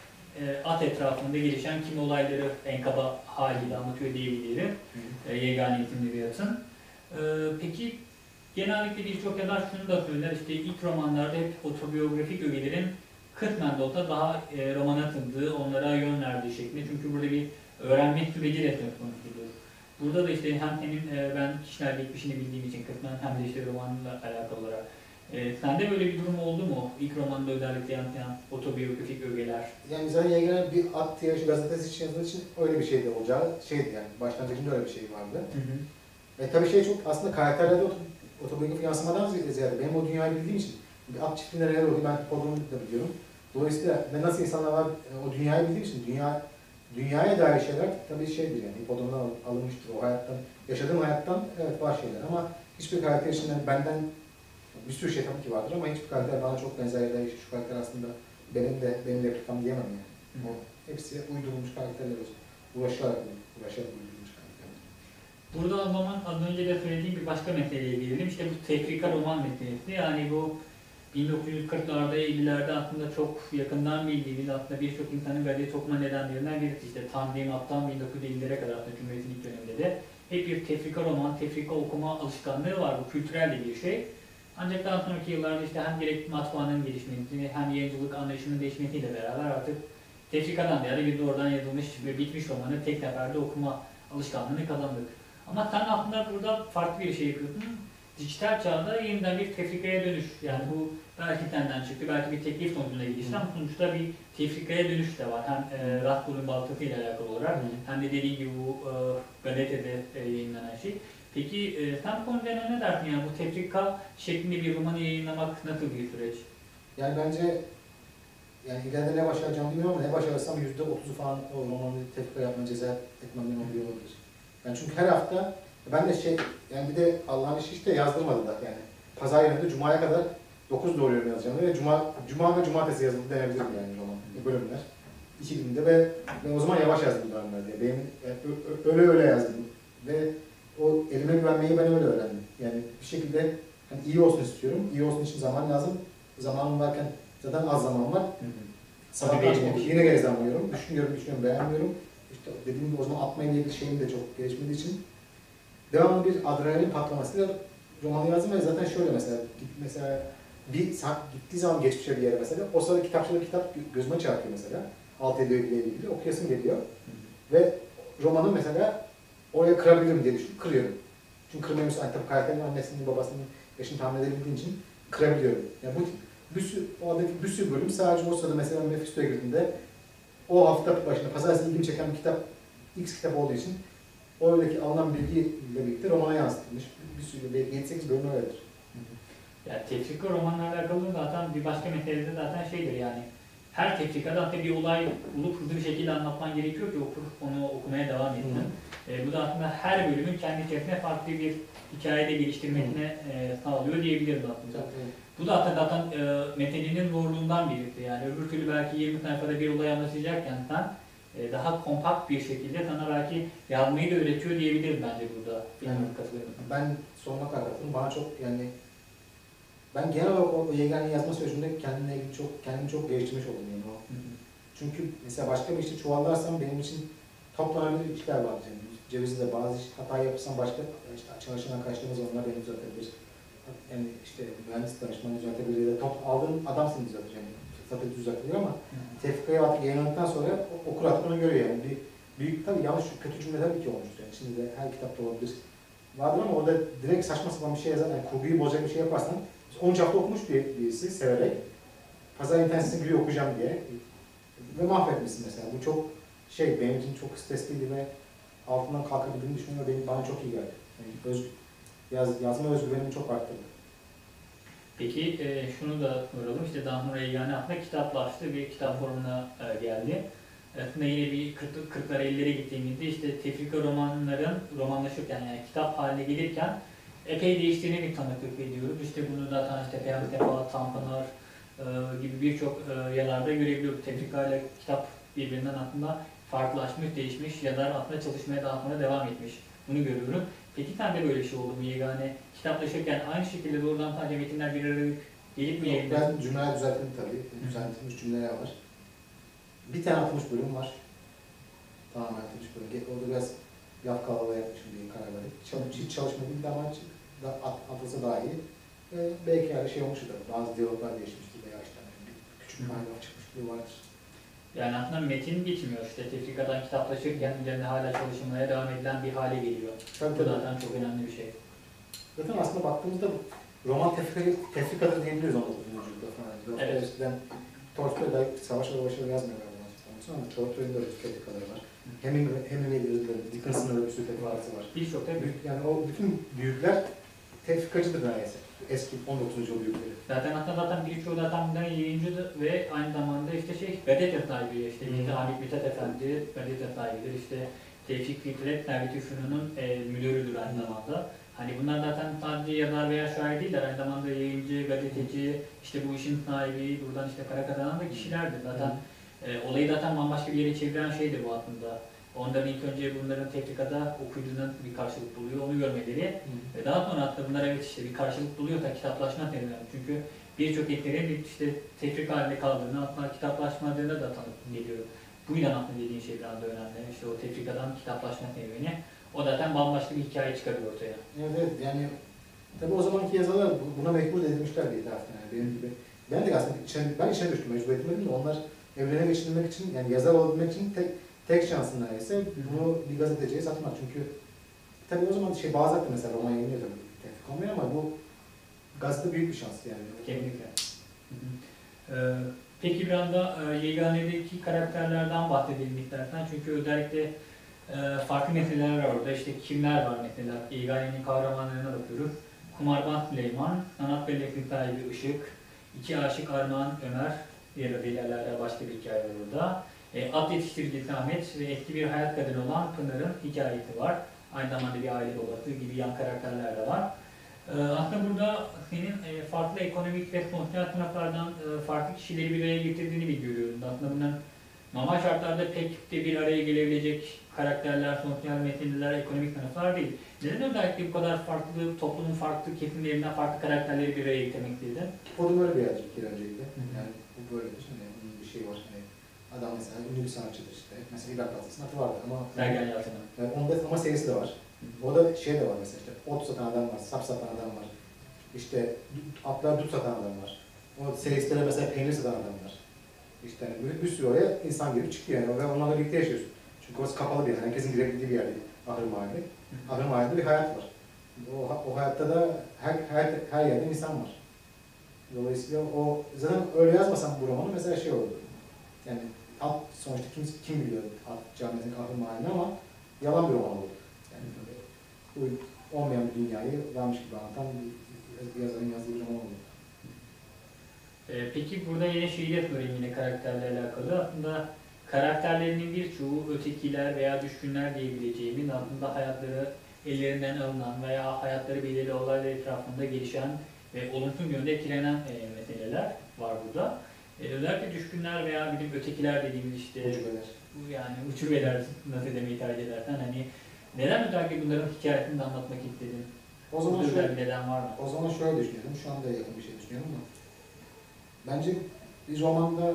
at etrafında gelişen kimi olayları en kaba haliyle anlatıyor diyebilirim. Yegane isimli bir atın. Peki genellikle birçok yazar şunu da söyler, işte ilk romanlarda hep otobiyografik ögelerin kısmen de olsa daha romana atıldığı, onlara yön verdiği şeklinde. Çünkü burada bir öğrenme süreci de söz konusudur. Burada da işte hem senin ben kişiler geçmişini bildiğim için kısmen hem de işte romanla alakalı olarak. Sende böyle bir durum oldu mu? İlk romanda özellikle yansıyan otobiyografik ögeler. Yani zaten YGN bir at yarışı gazetesi için yazdığı için öyle bir şey de olacağı şeydi yani. Başlangıcında öyle bir şey vardı. Hı hı. Tabii şey çok aslında karakterlerde otobiyografik yansımadan ziyade benim o dünyayı bildiğim için bir at çiftliğinde neler oluyor ben Hipodromu da biliyorum. Dolayısıyla ve nasıl insanlar var o dünyayı bildiğim için dünyaya dair şeyler tabii şeydir yani hipodromdan alınmıştır o hayattan, yaşadığım hayattan evet var şeyler ama hiçbir karakter içinden benden bir sürü şey tabii ki vardır ama hiçbir karakter bana çok benzer ya da işte şu karakter aslında benim replikam diyemem yani. O hepsi uydurulmuş karakterler olsun. Uğraşarak uydurulmuş karakterler. Burada o zaman az önce de söylediğim bir başka meseleye gelelim. İşte bu tefrika roman meselesi. Yani bu 1940'larda, 50'lerde aslında çok yakından bildiğimiz aslında birçok insanın gazete okuma nedenlerinden birisi. İşte Tanzimat'tan 1950'lere kadar aslında Cumhuriyet'in ilk döneminde de hep bir tefrika roman, tefrika okuma alışkanlığı var. Bu kültürel de bir şey. Ancak daha sonraki yıllarda işte hem gerek matbaanın gelişmesi hem yayıncılık anlayışının değişmesiyle beraber artık tefrikadan ziyade bir doğrudan yazılmış ve bitmiş romanı tek seferde okuma alışkanlığını kazandık. Ama sen aslında burada farklı bir şey yapıyorsun. Dijital çağda yeniden bir tefrikaya dönüş. Yani bu belki senden çıktı, belki bir teklif sonucunda gelişti ama sonuçta bir tefrikaya dönüş de var. Hem Raskol'un baltası ile alakalı olarak hem de dediğim gibi bu gazetede yayınlanan şey. Peki sen bu konuda ne dersin yani bu tefrika şeklinde bir romanı yayınlamak nasıl bir süreç? Yani bence yani ileride ne başaracağımı bilmiyorum ama ne başarırsam %30'u falan o romanı tefrika yapma ceza etmemden oluyor olabilir. Yani çünkü her hafta ben de yani bir de Allah'ın işi işte yazdırmadı da yani pazar yerinde Cuma'ya kadar 9 doğruyorum yazacağım ve Cuma ve Cumartesi yazıldı denebilirim yani roman bölümler. 2 günde ve o zaman yavaş yazdım dönemler diye. Benim yani öyle yazdım ve o elime güvenmeyi ben öyle öğrendim. Yani bir şekilde hani iyi olsun istiyorum. İyi olsun için zaman lazım. Zamanım varken zaten az zaman var. Sabahtan yine gezemiyorum. Düşünüyorum, beğenmiyorum. İşte dediğim gibi o zaman atmayla ilgili şeyim de çok gelişmediği için devamlı bir adrenalin patlamasıyla romanı yazdım ve zaten şöyle mesela bir saat gittiği zaman geçmişe bir yere mesela o sırada kitap gözüme çarpıyor mesela. Alt ediyor ile ilgili okuyasım geliyor. Ve romanı mesela oraya kırabilirim diye düşünüp kırıyorum. Çünkü kırmıyorsa tabii karakterin annesinin babasının yaşını tahmin edebildiğim için kırabiliyorum. Yani oradaki bir sürü bölüm sadece o sırada mesela Mephisto'ya girdiğinde o hafta başında pazartesi ilgimi çeken bir kitap X kitap olduğu için oradaki alınan bilgiyle birlikte romana yansıtılmış. Bir sürü 7-8 bölüm öyledir. Yani tefrika romanla alakalı zaten bir başka mesele de zaten şeydir yani her tefrikada hatta bir olay bulup hızlı bir şekilde anlatman gerekiyor ki onu okumaya devam etsin. Bu da aslında her bölümün kendi içerisinde farklı bir hikayede geliştirmesine sağlıyor diyebiliriz aslında. Bu da zaten metininin zorluğundan birisi yani öbür türlü belki 20 sayfada bir olay anlatacakken sen daha kompakt bir şekilde sana belki yazmayı da öğretiyor diyebiliriz bence burada. Yani ben sonuna kadar katıldım. Bana çok yani ben genel olarak o YGN yazma sürecinde kendimi çok geliştirmiş oldum yani o. Çünkü mesela başka bir işte çuvallarsam benim için toplanabilir işler var. Yani Cevizli'de bazı hata yapırsam başka işte çalışan arkadaşlarımız onlar beni düzeltebilir. Yani işte mühendis danışmanı düzeltebilir ya da aldığım adam seni düzeltir yani. Zaten düzeltilir ama tefrikayı artık yayınladıktan sonra okur artık onu görüyor yani. Büyük tabii yanlış kötü cümle tabii ki olmuştur yani. Şimdi de her kitapta olabilir. Vardır ama orada direkt saçma sapan bir şey yazar yani kurguyu bozacak bir şey yaparsan 13 hafta okumuş birisi severek pazar internetine giriyor okuyacağım diye ve mahvetmişsin mesela. Bu çok benim için çok stresliydi ve altından kalkabildiğini düşünüyorum. Bana çok iyi geldi. Yani yazma özgüvenimi çok arttırdı. Peki şunu da soralım. İşte daha sonra yani aslında kitaplaştı bir kitap formuna geldi. Aslında yine bir 40'lara 50'lere gittiğimizde işte tefrika romanların romanlaşırken yani kitap haline gelirken epey değiştiğini bir tanıklık ediyoruz. İşte bunu zaten işte Peyami Sefa, Tanpınar gibi birçok yerlerde görebiliyoruz. Tefrika ile kitap birbirinden aslında farklılaşmış, değişmiş, yazar aslında çalışmaya daha sonra devam etmiş. Bunu görüyorum. Peki sende böyle bir şey oldu mu? Yani kitaplaşırken aynı şekilde doğrudan sadece metinler bir araya gelip mi yayınladın? Ben cümleler düzelttim tabii. Düzeltilmiş cümleler var. Bir tane atılmış bölüm var. Tamamen atılmış bölüm. Orada biraz yafkalalı yapmışım diye karar verdik. Hiç çalışmadığım ama atılsa daha iyi. Belki yani şey olmuştur. Bazı diyaloglar değişmiştir veya işte küçük bir maydanoz çıkmışlığı vardır. Yani aslında metin bitmiyor işte tefrikadan kitaplaşırken üzerine hala çalışılmaya devam edilen bir hale geliyor. Tabii Bu tabii. zaten çok önemli bir şey. Zaten aslında baktığımızda roman tefrikadır diyebiliyoruz 19. yüzyılda falan. Yoksa Evet. eskiden Tolstoy da savaş arabaşları yazmıyor galiba. Ama Tolstoy'un da öyle tefrikaları var. Hemingway'de öyle, Dickens'ın öyle bir sürü tefrikası var. Birçok da Yani o bütün büyükler tefrikacıdır neredeyse. Eski 19. yüzyıl büyükleri. zaten birçoğu zaten bunların yayıncı ve aynı zamanda işte gazete sahibi işte Hamit Mithat Efendi gazete sahibidir işte Tevfik Fikret Servet Üfünun'un müdürüdür aynı zamanda. Hani bunlar zaten sadece yazar veya şair değiller, aynı zamanda yayıncı, gazeteci, işte bu işin sahibi, buradan işte para kazanan da kişilerdir. Zaten olayı zaten bambaşka bir yere çeviren şeydir bu aslında. Onların ilk önce bunların tefrikada okuyucunun bir karşılık buluyor, onu görmeleri. Ve daha sonra hatta bunlar evet işte bir karşılık buluyorsa kitaplaşma terimi. Çünkü birçok eserin işte tefrik halinde kaldığını, hatta kitaplaşmadığını da tanık geliyor. Bu yüzden aslında dediğin şey biraz da önemli. İşte o tefrikadan kitaplaşma terimini. O zaten bambaşka bir hikaye çıkarıyor ortaya. Evet yani tabii o zamanki yazarlar buna mecbur edilmişler diye taraftan yani benim gibi. Ben de aslında ben içine düştüm, mecbur edilmedim de onlar evlerine geçirilmek için yani yazar olabilmek için tek şansın neredeyse bunu bir gazeteciye satmak. Çünkü tabii o zaman bazı hakkında mesela roman yayınlıyor tabii tefrik olmuyor ama bu gazete büyük bir şans yani. Kesinlikle. Peki biraz da Yegane'deki karakterlerden bahsedelim istersen. Çünkü özellikle farklı meseleler var orada. İşte kimler var mesela? Yegane'nin kahramanlarına bakıyoruz. Kumarbaz Süleyman, sanat bellekli sahibi Işık, iki aşık Armağan Ömer, diğer adıyla başka bir hikaye var orada. At yetiştiricisi Ahmet ve eski bir hayat kadını olan Pınar'ın hikayesi var. Aynı zamanda bir aile babası gibi yan karakterler de var. Aslında burada senin farklı ekonomik ve sosyal sınıflardan farklı kişileri bir araya getirdiğini bir görüyoruz. Aslında bunların normal şartlarda pek de bir araya gelebilecek karakterler, sosyal metinler, ekonomik sınıflar değil. Neden özellikle bu kadar farklı, toplumun farklı kesimlerinden farklı karakterleri bir araya getirmekteydin? O da böyle bir yazık ki öncelikle. Yani bu böyledir. Hani bunun bir şey var. Hani adam mesela ünlü bir sanatçıdır işte. Mesela İbrahim Tatlıses'in atı vardı ama Sergen Yalçın'ın. onda ama serisi de var. O da şey de var mesela işte ot satan adam var, sap satan adam var. İşte atlar dut satan adam var. O serislere mesela peynir satan adam var. İşte hani bir sürü oraya insan girip çıkıyor yani ve onlarla birlikte yaşıyorsun. Çünkü orası kapalı bir yer, herkesin girebildiği bir yer değil. Ahır Mahalle. Ahır Mahalle'de bir hayat var. O hayatta da her yerde insan var. Dolayısıyla o zaten öyle yazmasam bu romanı mesela şey olurdu. Yani at sonuçta kim biliyor at camiasının Ahır Mahalle ama yalan bir roman oldu. Yani böyle olmayan bir dünyayı varmış gibi anlatan bir yazarın yazdığı bir roman oldu. Peki burada yine şeyi de sorayım yine karakterle alakalı. Aslında karakterlerinin birçoğu ötekiler veya düşkünler diyebileceğimin aslında hayatları ellerinden alınan veya hayatları belirli olaylar etrafında gelişen ve olumsuz yönde etkilenen meseleler var burada. Özellikle düşkünler veya bizim ötekiler dediğimiz işte Ucubeler. bu yani uçubeler nasıl demeyi tercih edersen hani neden özellikle bunların hikayesini de anlatmak istedin? O zaman Burada şöyle, özel bir neden var mı? o zaman şöyle düşünüyorum. Şu anda yakın bir şey düşünüyorum ama bence bir romanda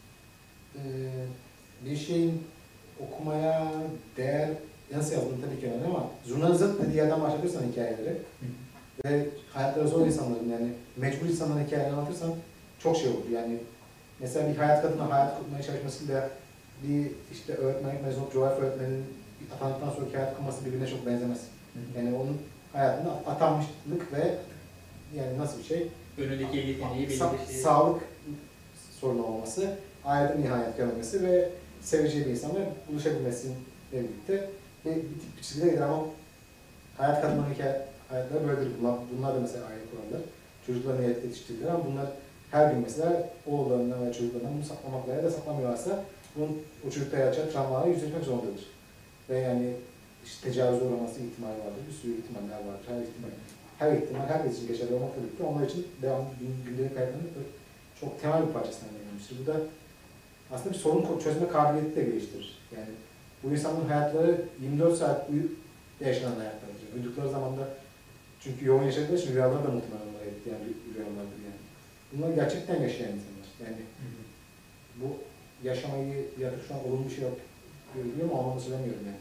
bir şeyin okumaya değer nasıl yazdığını tabii ki önemli ama zurnanın zıt dediği yerden başlatırsan hikayeleri ve hayatları zor insanların yani mecbur insanların hikayelerini anlatırsan çok şey olur. Yani mesela bir hayat kadına hayat kurmaya çalışmasıyla bir işte öğretmenlik mezunu olup coğrafya öğretmeninin atandıktan sonraki hayat kurması birbirine çok benzemez. Yani onun hayatında atanmışlık ve yani nasıl bir şey? Önündeki 50 seneyi belirli şey. Sağlık sorunu olması, ailede nihayet görmesi ve seveceği bir insanla buluşabilmesiyle birlikte bir tip bir çizgide gider ama hayat kadınların hayatları böyledir. Bunlar da mesela aile kurarlar. Çocuklarını yetiştirirler ama bunlar her gün mesela oğullarından veya çocuklarından bunu saklamak veya da saklamıyorlarsa o çocukta yaratacağı travmaları yüzleşmek zorundadır. Ve yani işte tecavüz uğraması ihtimali vardır, bir sürü ihtimaller vardır, her ihtimal herkes için geçerli olmakla birlikte onlar için devamlı gündelik hayatlarının çok temel bir parçasından verilmiştir. Bu da aslında bir sorun çözme kabiliyeti de geliştirir. Yani bu insanların hayatları 24 saat uyuyup yaşanan hayatlardır. Uyudukları zaman da çünkü yoğun yaşadıkları için rüyalar da muhtemelen onlara etkileyen rüyalardır yani. Bunlar gerçekten yaşayan insanlar. Yani bu yaşamayı ya da şu an olumlu bir şey görülüyor mu anlamı söylemiyorum yani.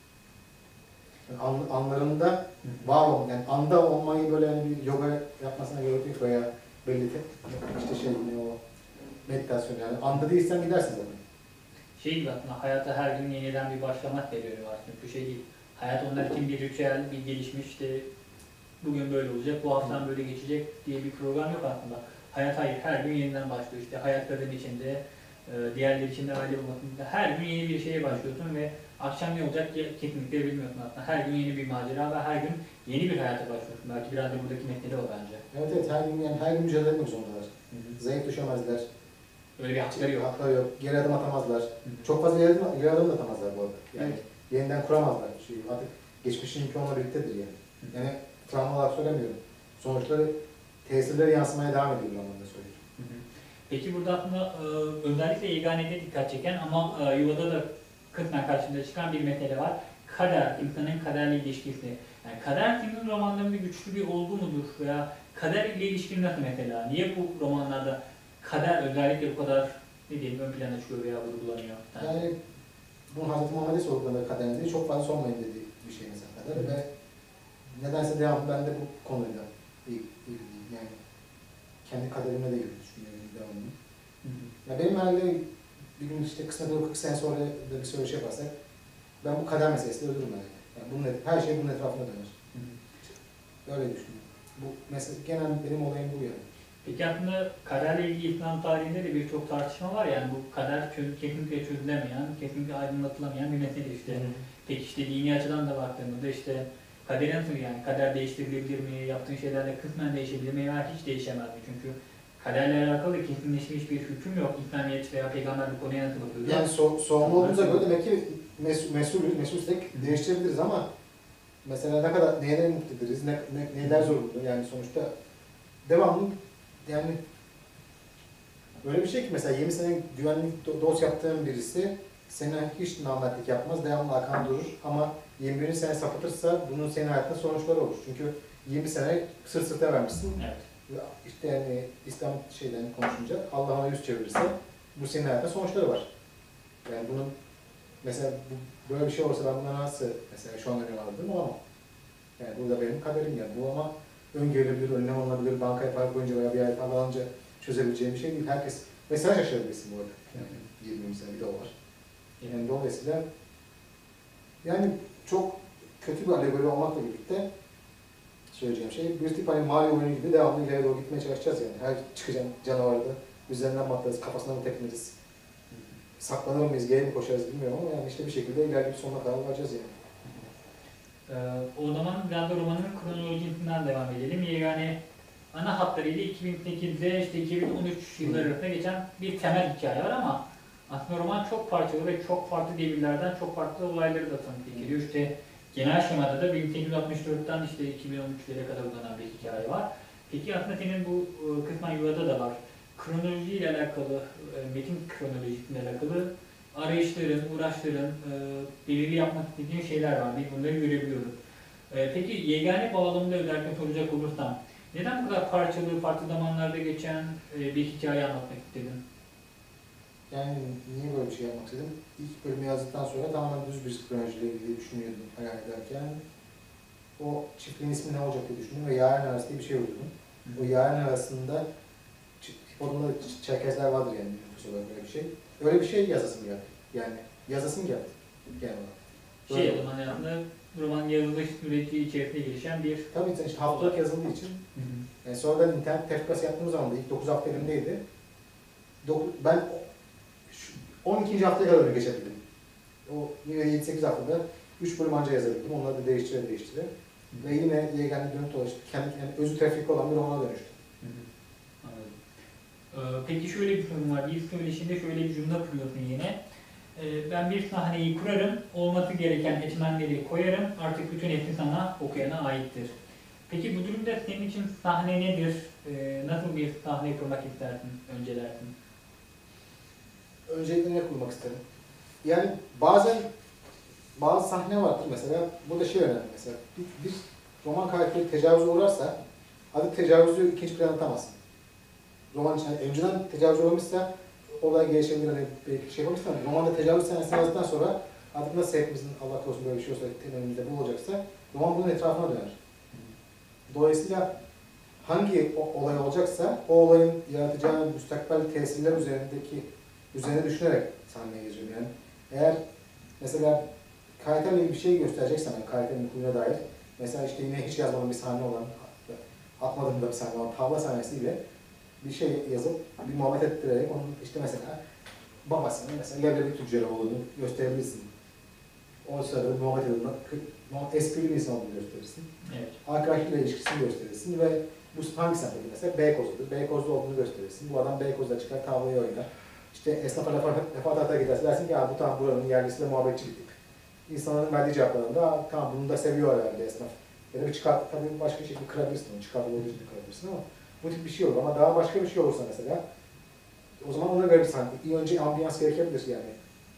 Anlarında var olmak, yani anda olmayı böyle hani bir yoga yapmasına gerek yok veya belli işte o meditasyon yani anda değilsen gidersin zaten. şey gibi aslında hayata her gün yeniden bir başlamak veriyor aslında. Bu şey değil. Hayat onlar için bir ritüel, bir gelişmiş işte bugün böyle olacak, bu haftan böyle geçecek diye bir program yok aslında. Hayat hayır, her gün yeniden başlıyor. İşte hayat kadın içinde, diğerleri için de aile olmasında her gün yeni bir şeye başlıyorsun ve akşam ne olacak kesinlikle bilmiyorsun aslında. Her gün yeni bir macera ve her gün yeni bir hayata başlıyorsun. Belki biraz da buradaki metnede o bence. Evet evet, her gün yani her gün mücadele etmek zorundalar. Zayıf düşemezler. Öyle bir hakları yok. Hakları yok. Geri adım atamazlar. Çok fazla ileri adım da atamazlar bu arada. Yani Evet. yeniden kuramazlar. Artık geçmişinki onunla birliktedir yani. Yani travma olarak söylemiyorum. Sonuçları, tesirleri yansımaya devam ediyor bu anlamda söylüyorum. Peki burada aslında özellikle yeganede dikkat çeken ama yuvada da kısmen karşımıza çıkan bir mesele var. Kader, insanın kaderle ilişkisi. Yani kader senin romanlarında güçlü bir olgu mudur veya kader ile ilişkin nasıl mesela? Niye bu romanlarda kader özellikle bu kadar ne diyelim ön plana çıkıyor veya vurgulanıyor? Yani bu Hazreti Muhammed'e sorduklarında kaderinde çok fazla sormayın dediği bir şey mesela kader ve nedense devamlı ben de bu konuyla ilgiliyim. Yani kendi kaderimle de ilgili düşünüyorum devamlı. Ya benim herhalde bir gün işte kısmet olur 40 sene sonra da bir söyleşi yaparsak ben bu kader meselesiyle ölürüm herhalde. Yani her şey bunun etrafına döner. Öyle düşünüyorum. Bu mesela genel benim olayım bu yani. Peki aslında kaderle ilgili İslam tarihinde de birçok tartışma var yani bu kader kesinlikle çözülemeyen, kesinlikle aydınlatılamayan bir mesele işte. Peki işte dini açıdan da baktığımızda işte kader nasıl yani kader değiştirilebilir mi, yaptığın şeylerle kısmen değişebilir mi veya hiç değişemez mi? Çünkü kaderle alakalı kesinleşmiş bir hüküm yok. İslamiyet veya peygamber bu konuya nasıl bakıyor? Yani sorumluluğumuza göre demek ki mesulsek değiştirebiliriz ama mesela ne kadar neyden mutluyuz, neler zorunlu yani sonuçta devamlı yani böyle bir şey ki mesela 20 sene güvenlik dost yaptığın birisi sana hiç namertlik yapmaz, devamlı arkanda durur ama 21. sene sapıtırsa bunun senin hayatında sonuçları olur. Çünkü 20 sene sırt sırta vermişsin. Evet. İşte yani İslam şeyden konuşunca Allah'a yüz çevirirse bu senin hayatında sonuçları var. Yani bunun mesela böyle bir şey olsa ben buna nasıl mesela şu an önlem alabilirim ama yani burada benim kaderim yani bu ama öngörülebilir, önlem alınabilir, bankaya para koyunca veya bir ay para alınca çözebileceğim bir şey değil. Herkes mesela şaşırabilirsin bu arada. Yani 20 sene bir de o var. Yani dolayısıyla yani çok kötü bir alegori olmakla birlikte söyleyeceğim şey bir tip hani Mario oyunu gibi devamlı ileri doğru gitmeye çalışacağız yani. Her çıkacak canavarda üzerinden mi atlarız, kafasına mı tekmeriz, saklanır mıyız, geri mi koşarız bilmiyorum ama yani işte bir şekilde ilerleyip sonuna kadar varacağız yani. O zaman biraz da romanın kronolojisinden devam edelim. Yani ana hatlarıyla 2008'de işte 2013 yılları arasında geçen bir temel hikaye var ama aslında roman çok parçalı ve çok farklı devirlerden çok farklı olayları da tanıklık ediyor. İşte genel şemada da 1864'ten işte 2013'lere kadar uzanan bir hikaye var. Peki aslında senin bu kısmen yuvada da var. Kronolojiyle alakalı, metin kronolojisiyle alakalı arayışların, uğraşların, belirli yapmak istediğin şeyler var. Biz bunları görebiliyoruz. Peki yegane bağlamında özellikle soracak olursam, neden bu kadar parçalı, farklı zamanlarda geçen bir hikaye anlatmak istedin? Yani niye böyle bir şey yapmak istedim? İlk bölümü yazdıktan sonra tamamen düz bir kronolojiyle ilgili düşünüyordum hayal ederken. O çiftliğin ismi ne olacak diye düşündüm ve Yaren Arası diye bir şey uydurdum. O Yaren Arası'nda Hipodrom'da Çerkezler vardır yani nüfus olarak böyle bir şey. Öyle bir şey yazasım geldi. Yani yazasım geldi. Genel olarak. O zaman aslında roman yazılış süreci içerisinde gelişen bir... Tabii işte haftalık yazıldığı için. Yani sonradan internet tefrikası yaptığımız zaman da ilk 9 hafta elimdeydi. Ben 12. haftaya kadar geçebildim. O yine 7-8 haftada 3 bölüm anca yazabildim. Onları da değiştire. Ve yine yegane dönüp dolaşıp kendi yani özü tefrikli olan bir romana dönüştü. Anladım. Peki şöyle bir sorun var. Bir söyleşinde şöyle bir cümle kuruyorsun yine. Ben bir sahneyi kurarım, olması gereken etmenleri koyarım, artık bütün hepsi sana, okuyana aittir. Peki bu durumda senin için sahne nedir? Nasıl bir sahne kurmak istersin, öncelersin? Öncelikle ne kurmak isterim? Yani bazen bazı sahne vardır mesela, bu da şey önemli mesela, bir roman karakteri tecavüze uğrarsa, adı tecavüzü ikinci plana atamazsın. Roman için, yani önceden tecavüz olmuşsa, olay gelişebilir, hani belki şey yapmışsın ama romanda tecavüz sahnesini yazdıktan sonra artık nasıl hepimizin Allah korusun böyle bir şey olsa temelimizde bu olacaksa, roman bunun etrafına döner. Dolayısıyla hangi olay olacaksa, o olayın yaratacağı müstakbel tesirler üzerine düşünerek sahneye yazıyorum yani. Eğer mesela karakterle bir şey göstereceksen, yani karakterin huyuna dair, mesela işte yine hiç yazmadığım bir sahne olan, atmadığım da bir sahne olan tavla sahnesiyle bir şey yazıp, bir muhabbet ettirerek onun işte mesela babasının mesela leblebi tüccarı olduğunu gösterebilirsin. O sırada bir muhabbet edildiğinde esprili bir insan olduğunu gösterirsin. Evet. Arkadaşlarıyla ilişkisini gösterirsin ve bu hangi semtteki mesela Beykoz'dur. Beykoz'da olduğunu gösterirsin. Bu adam Beykoz'da çıkar, tavlayı oynar. İşte esnafa lafa ata giderse dersin ki ya bu tam buranın yerlisiyle muhabbetçi bir tip. İnsanların verdiği cevaplarında tamam bunu da seviyor herhalde esnaf. Ya da bir çıkart, tabii başka şekilde kırabilirsin onu, çıkartılı olduğu için kırabilirsin ama bu tip bir şey olur. Ama daha başka bir şey olursa mesela o zaman ona göre bir sahne. İyi önce ambiyans gerekebilir yani.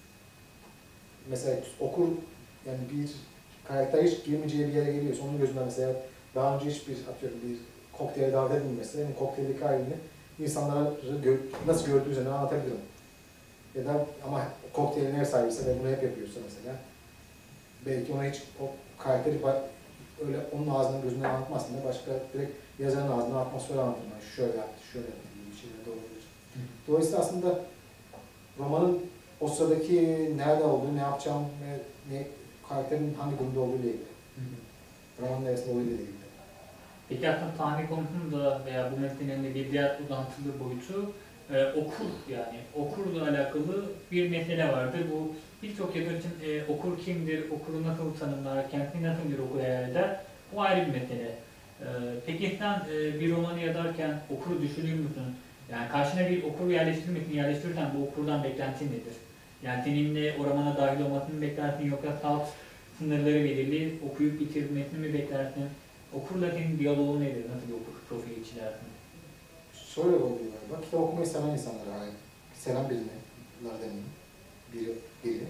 Mesela okur, yani bir karakter hiç girmeyeceği bir yere geliyorsa onun gözünden mesela daha önce hiçbir atıyorum bir kokteyle davet edilmesi, yani kokteyldeki halini insanlara nasıl gördüğü üzerine anlatabilirim. Ya da ama kokteylin ev sahibiyse ve bunu hep yapıyorsa mesela belki ona hiç o karakteri öyle onun ağzından gözünden anlatmazsın da başka direkt yazarın ağzından atmosfer anlatırım. Yani şöyle yaptı, şöyle yaptı gibi bir şeyler de olabilir. Dolayısıyla aslında romanın o sıradaki nerede olduğu, ne yapacağım ve ne, karakterin hangi durumda olduğu ile ilgili. Romanın neresinde olduğu ile ilgili. Peki aslında tahrik konusunda veya bu meselenin de bir diğer uzantılı boyutu okur, yani okurla alakalı bir mesele vardır. Bu birçok yazar için okur kimdir, okuru nasıl tanımlar, kendini nasıl bir okur hayal eder, o ayrı bir mesele. Peki sen bir romanı yazarken okuru düşünür müsün? Yani karşına bir okur yerleştirmek mi, yerleştirirsen bu okurdan beklentin nedir? Yani seninle o romana dahil olmasını mı beklersin, yoksa salt sınırları belirli, okuyup bitirmesini mi beklersin? Okurla senin diyaloğun nedir? Nasıl bir okur profili çizersin? Şöyle oluyor galiba, kitap okumayı seven insanlara ait, seven birine, bunlar demeyeyim, biri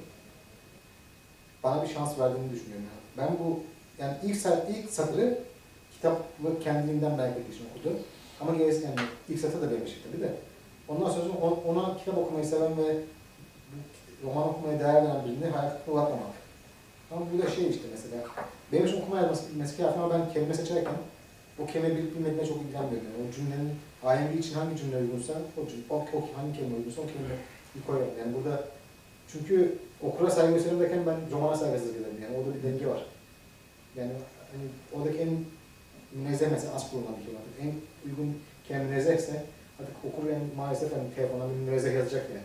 bana bir şans verdiğini düşünüyorum. Yani. Ben bu, yani ilk satırı kitapla kendiliğinden belki için okudu. Ama gerisi yani ilk satır da benim için tabii de. Ondan sonra ona kitap okumayı seven ve roman okumaya değer veren birini hayatına uğratmamak. Ama bu da şey işte mesela, benim için okuma yazması bilmesi ama ben kelime seçerken o kelime bilip bilmediğine çok ilgilenmiyorum. Yani o cümlenin IMDb için hangi cümle uygunsa, hangi kelime uygunsa o kelimeyi koyarım. Yani burada çünkü okura saygı gösterim derken ben romana saygısızlık ederim. Yani orada bir denge var. Yani hani oradaki en münezzeh mesela az kullanılan bir kelime. En uygun kelime münezzehse artık okur yani maalesef hani telefona bir münezzeh yazacak yani.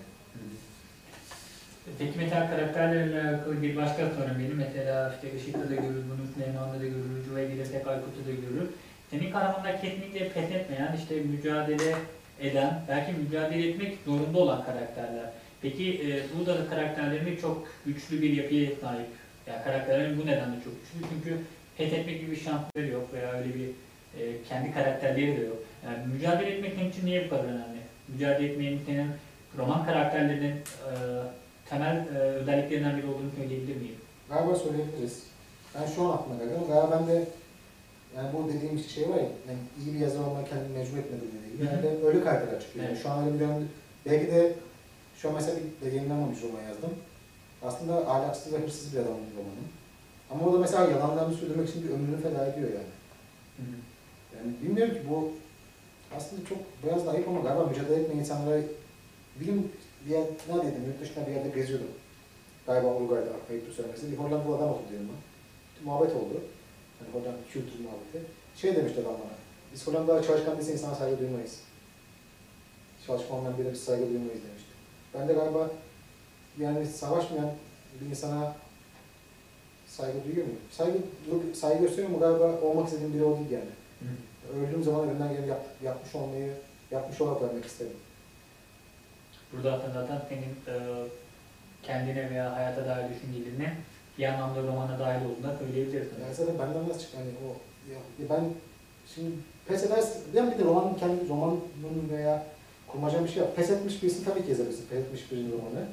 Peki mesela karakterlerle alakalı bir başka sorun benim. Mesela işte Işık'ta da görürüz, bunu Süleyman'da da görürüz, Cüve gelirsek Aykut'ta da görürüz. Senin kahramanlar kesinlikle pes etmeyen, işte mücadele eden, belki mücadele etmek zorunda olan karakterler. Peki burada da karakterlerimiz çok güçlü bir yapıya sahip. Yani karakterlerin bu nedenle çok güçlü. Çünkü pes etmek gibi bir şansları yok veya öyle bir kendi karakterleri de yok. Yani mücadele etmek senin için niye bu kadar önemli? Mücadele etmenin senin roman karakterlerinin temel özelliklerinden biri olduğunu söyleyebilir miyim? Galiba söyleyebiliriz. Ben şu an aklıma geldim. Galiba ben de yani bu dediğim şey var ya, yani iyi bir yazar olmaya kendini mecbur etmediğimle ilgili. Yani öyle karakterler çıkıyor. Evet. Yani şu an öyle bir dönem, belki de şu an mesela bir de yayınlanmamış roman yazdım. Aslında ahlaksız ve hırsız bir adamın romanı. Ama o da mesela yalanlarını sürdürmek için bir ömrünü feda ediyor yani. Yani bilmiyorum ki bu aslında çok biraz da ayıp ama galiba mücadele etmeyen insanlara bilim bir yer, neredeydim, yurt dışında bir yerde geziyordum. Galiba Uruguay'da, ayıptır söylemesi. Bir Hollandalı adam oturdu yanıma. Muhabbet oldu. Hani Hollanda kültür muhabbeti. Şey demişti adam bana, biz Hollanda'da çalışkan değilse insana saygı duymayız. Çalışma olmayan birine biz saygı duymayız demişti. Ben de galiba yani savaşmayan bir insana saygı duyuyor muyum? Saygı gösteriyor mu galiba olmak istediğim biri o değil yani. Öldüğüm zaman elimden geleni yapmış olarak vermek isterim. Burada zaten senin kendine veya hayata dair düşüncelerini bir anlamda romana dahil olduğunu söyleyebilirsin. Yani zaten benden nasıl çıktı hani o ben şimdi pes edersin, bir de romanın veya kurmaca bir şey yap. Pes etmiş birisini tabii ki yazabilirsin. Pes etmiş birinin romanı.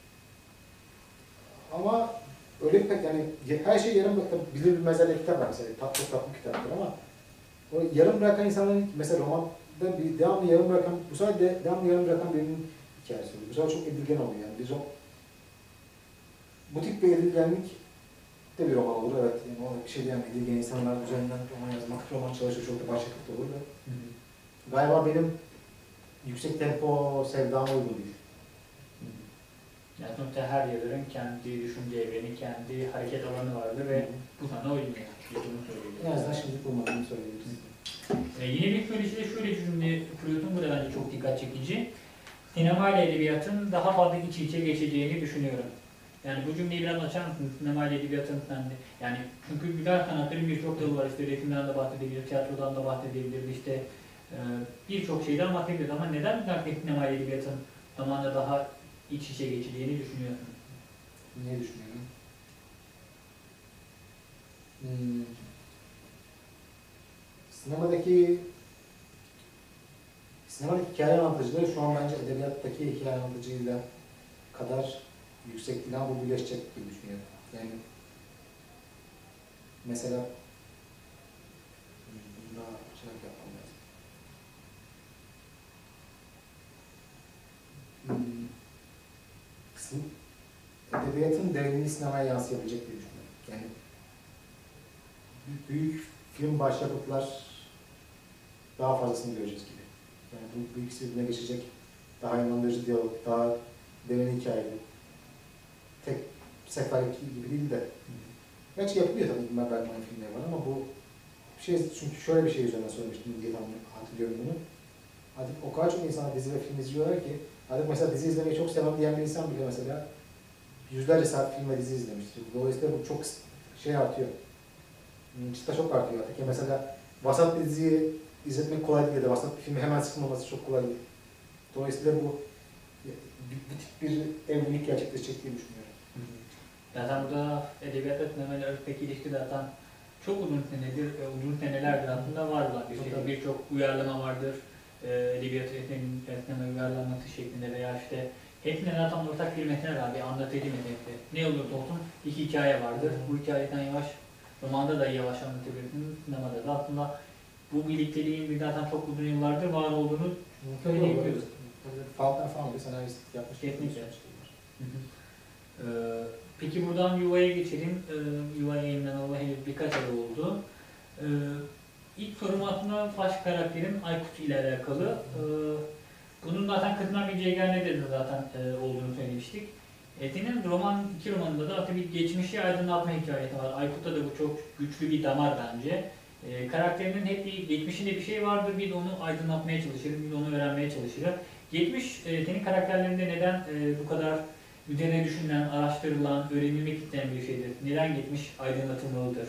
Ama öyle pek yani her şey yarım bilir bilmezler diye kitap var mesela. Tatlı kitaptır ama o yarım bırakan insanların mesela romanda bir devamlı yarım bırakan, bu sefer de devamlı yarım bırakan birinin hikayesi oluyor. Bu sefer çok edilgen oluyor yani. Biz bu tip bir edilgenlik de bir roman olur, evet. Yani ona bir şey diyemem. Edilgen insanlar üzerinden roman yazmak, roman çalışır çok da başlıklı olur da. Galiba benim yüksek tempo sevdama uygun değil. Yani sonuçta her yazarın kendi düşünce evreni, kendi hareket alanı vardır ve bu sana uymuyor. Bunu En azından söyleyebiliriz. şimdi bulmadığını söyleyebiliriz. Yine bir söyleşide şöyle bir cümle kuruyorsun, bu da bence çok dikkat çekici. Sinema ile edebiyatın daha fazla iç içe geçeceğini düşünüyorum. Yani bu cümleyi biraz açar mısın? Sinema ile edebiyatın yani çünkü güzel sanatların birçok dalı var. İşte resimden de bahsedebilir, tiyatrodan da bahsedebilir, işte birçok şeyden bahsedebilir. Ama neden özellikle sinema ile edebiyatın zamanla daha iç içe geçeceğini düşünüyorsun? Niye düşünüyorum? Hmm. Sinemadaki hikaye anlatıcıları şu an bence edebiyattaki hikaye anlatıcıyla kadar yüksek değil ama bu birleşecek gibi düşünüyorum. Yani mesela daha şey yapmam lazım. Edebiyatın derinliği sinemaya yansıyabilecek diye düşünüyorum. Yani büyük film başyapıtlar daha fazlasını göreceğiz gibi. Yani bu ikisi birbirine geçecek, daha inandırıcı diyalog, daha derin hikayeli. Tek seferlik gibi değil de. Gerçi yapılıyor tabii Ingmar Bergman filmleri var ama bu çünkü şöyle bir şey üzerine söylemiştim diye hatırlıyorum bunu. Artık o kadar çok insanlar dizi ve film izliyorlar ki artık mesela dizi izlemeyi çok seven diyen bir insan bile mesela yüzlerce saat film ve dizi izlemiştir. Dolayısıyla bu çok şey artıyor. Çıta çok artıyor artık. Yani mesela vasat bir diziyi izletmek kolay değil ya da vasat bir filmi hemen sıkılmaması çok kolay değil. Dolayısıyla bu tip bir evlilik gerçekleşecek diye düşünüyorum. Zaten burada edebiyat ve sinemayla arasındaki ilişki zaten çok uzun senelerdir aslında var olan bir şey. Birçok uyarlama vardır. Edebiyat ve sinema uyarlanması şeklinde veya işte hepsinde zaten ortak bir metin var, bir anlatıcı metinse. Ne olursa olsun iki hikaye vardır. Bu hikayeden yavaş, romanda da yavaş anlatabilirsiniz, sinemada da aslında bu birlikteliğin zaten çok uzun yıllardır var olduğunu söyleyebiliyoruz. Faulkner falan bir senarist yapmış. Kesinlikle. Peki buradan Yuva'ya geçelim. Yuva yayınlanalı henüz birkaç ay oldu. İlk sorum aslında baş karakterin Aykut ile alakalı. Bunun zaten Kızlar bir Ceygane de zaten olduğunu söylemiştik. Senin iki romanında da tabii geçmişi aydınlatma hikayesi var. Aykut'ta da bu çok güçlü bir damar bence. Karakterinin hep bir geçmişinde bir şey vardır, bir de onu aydınlatmaya çalışır, bir de onu öğrenmeye çalışır. Geçmiş senin karakterlerinde neden bu kadar üzerine düşünülen, araştırılan, öğrenilmek istenen bir şeydir? Neden geçmiş aydınlatılmalıdır?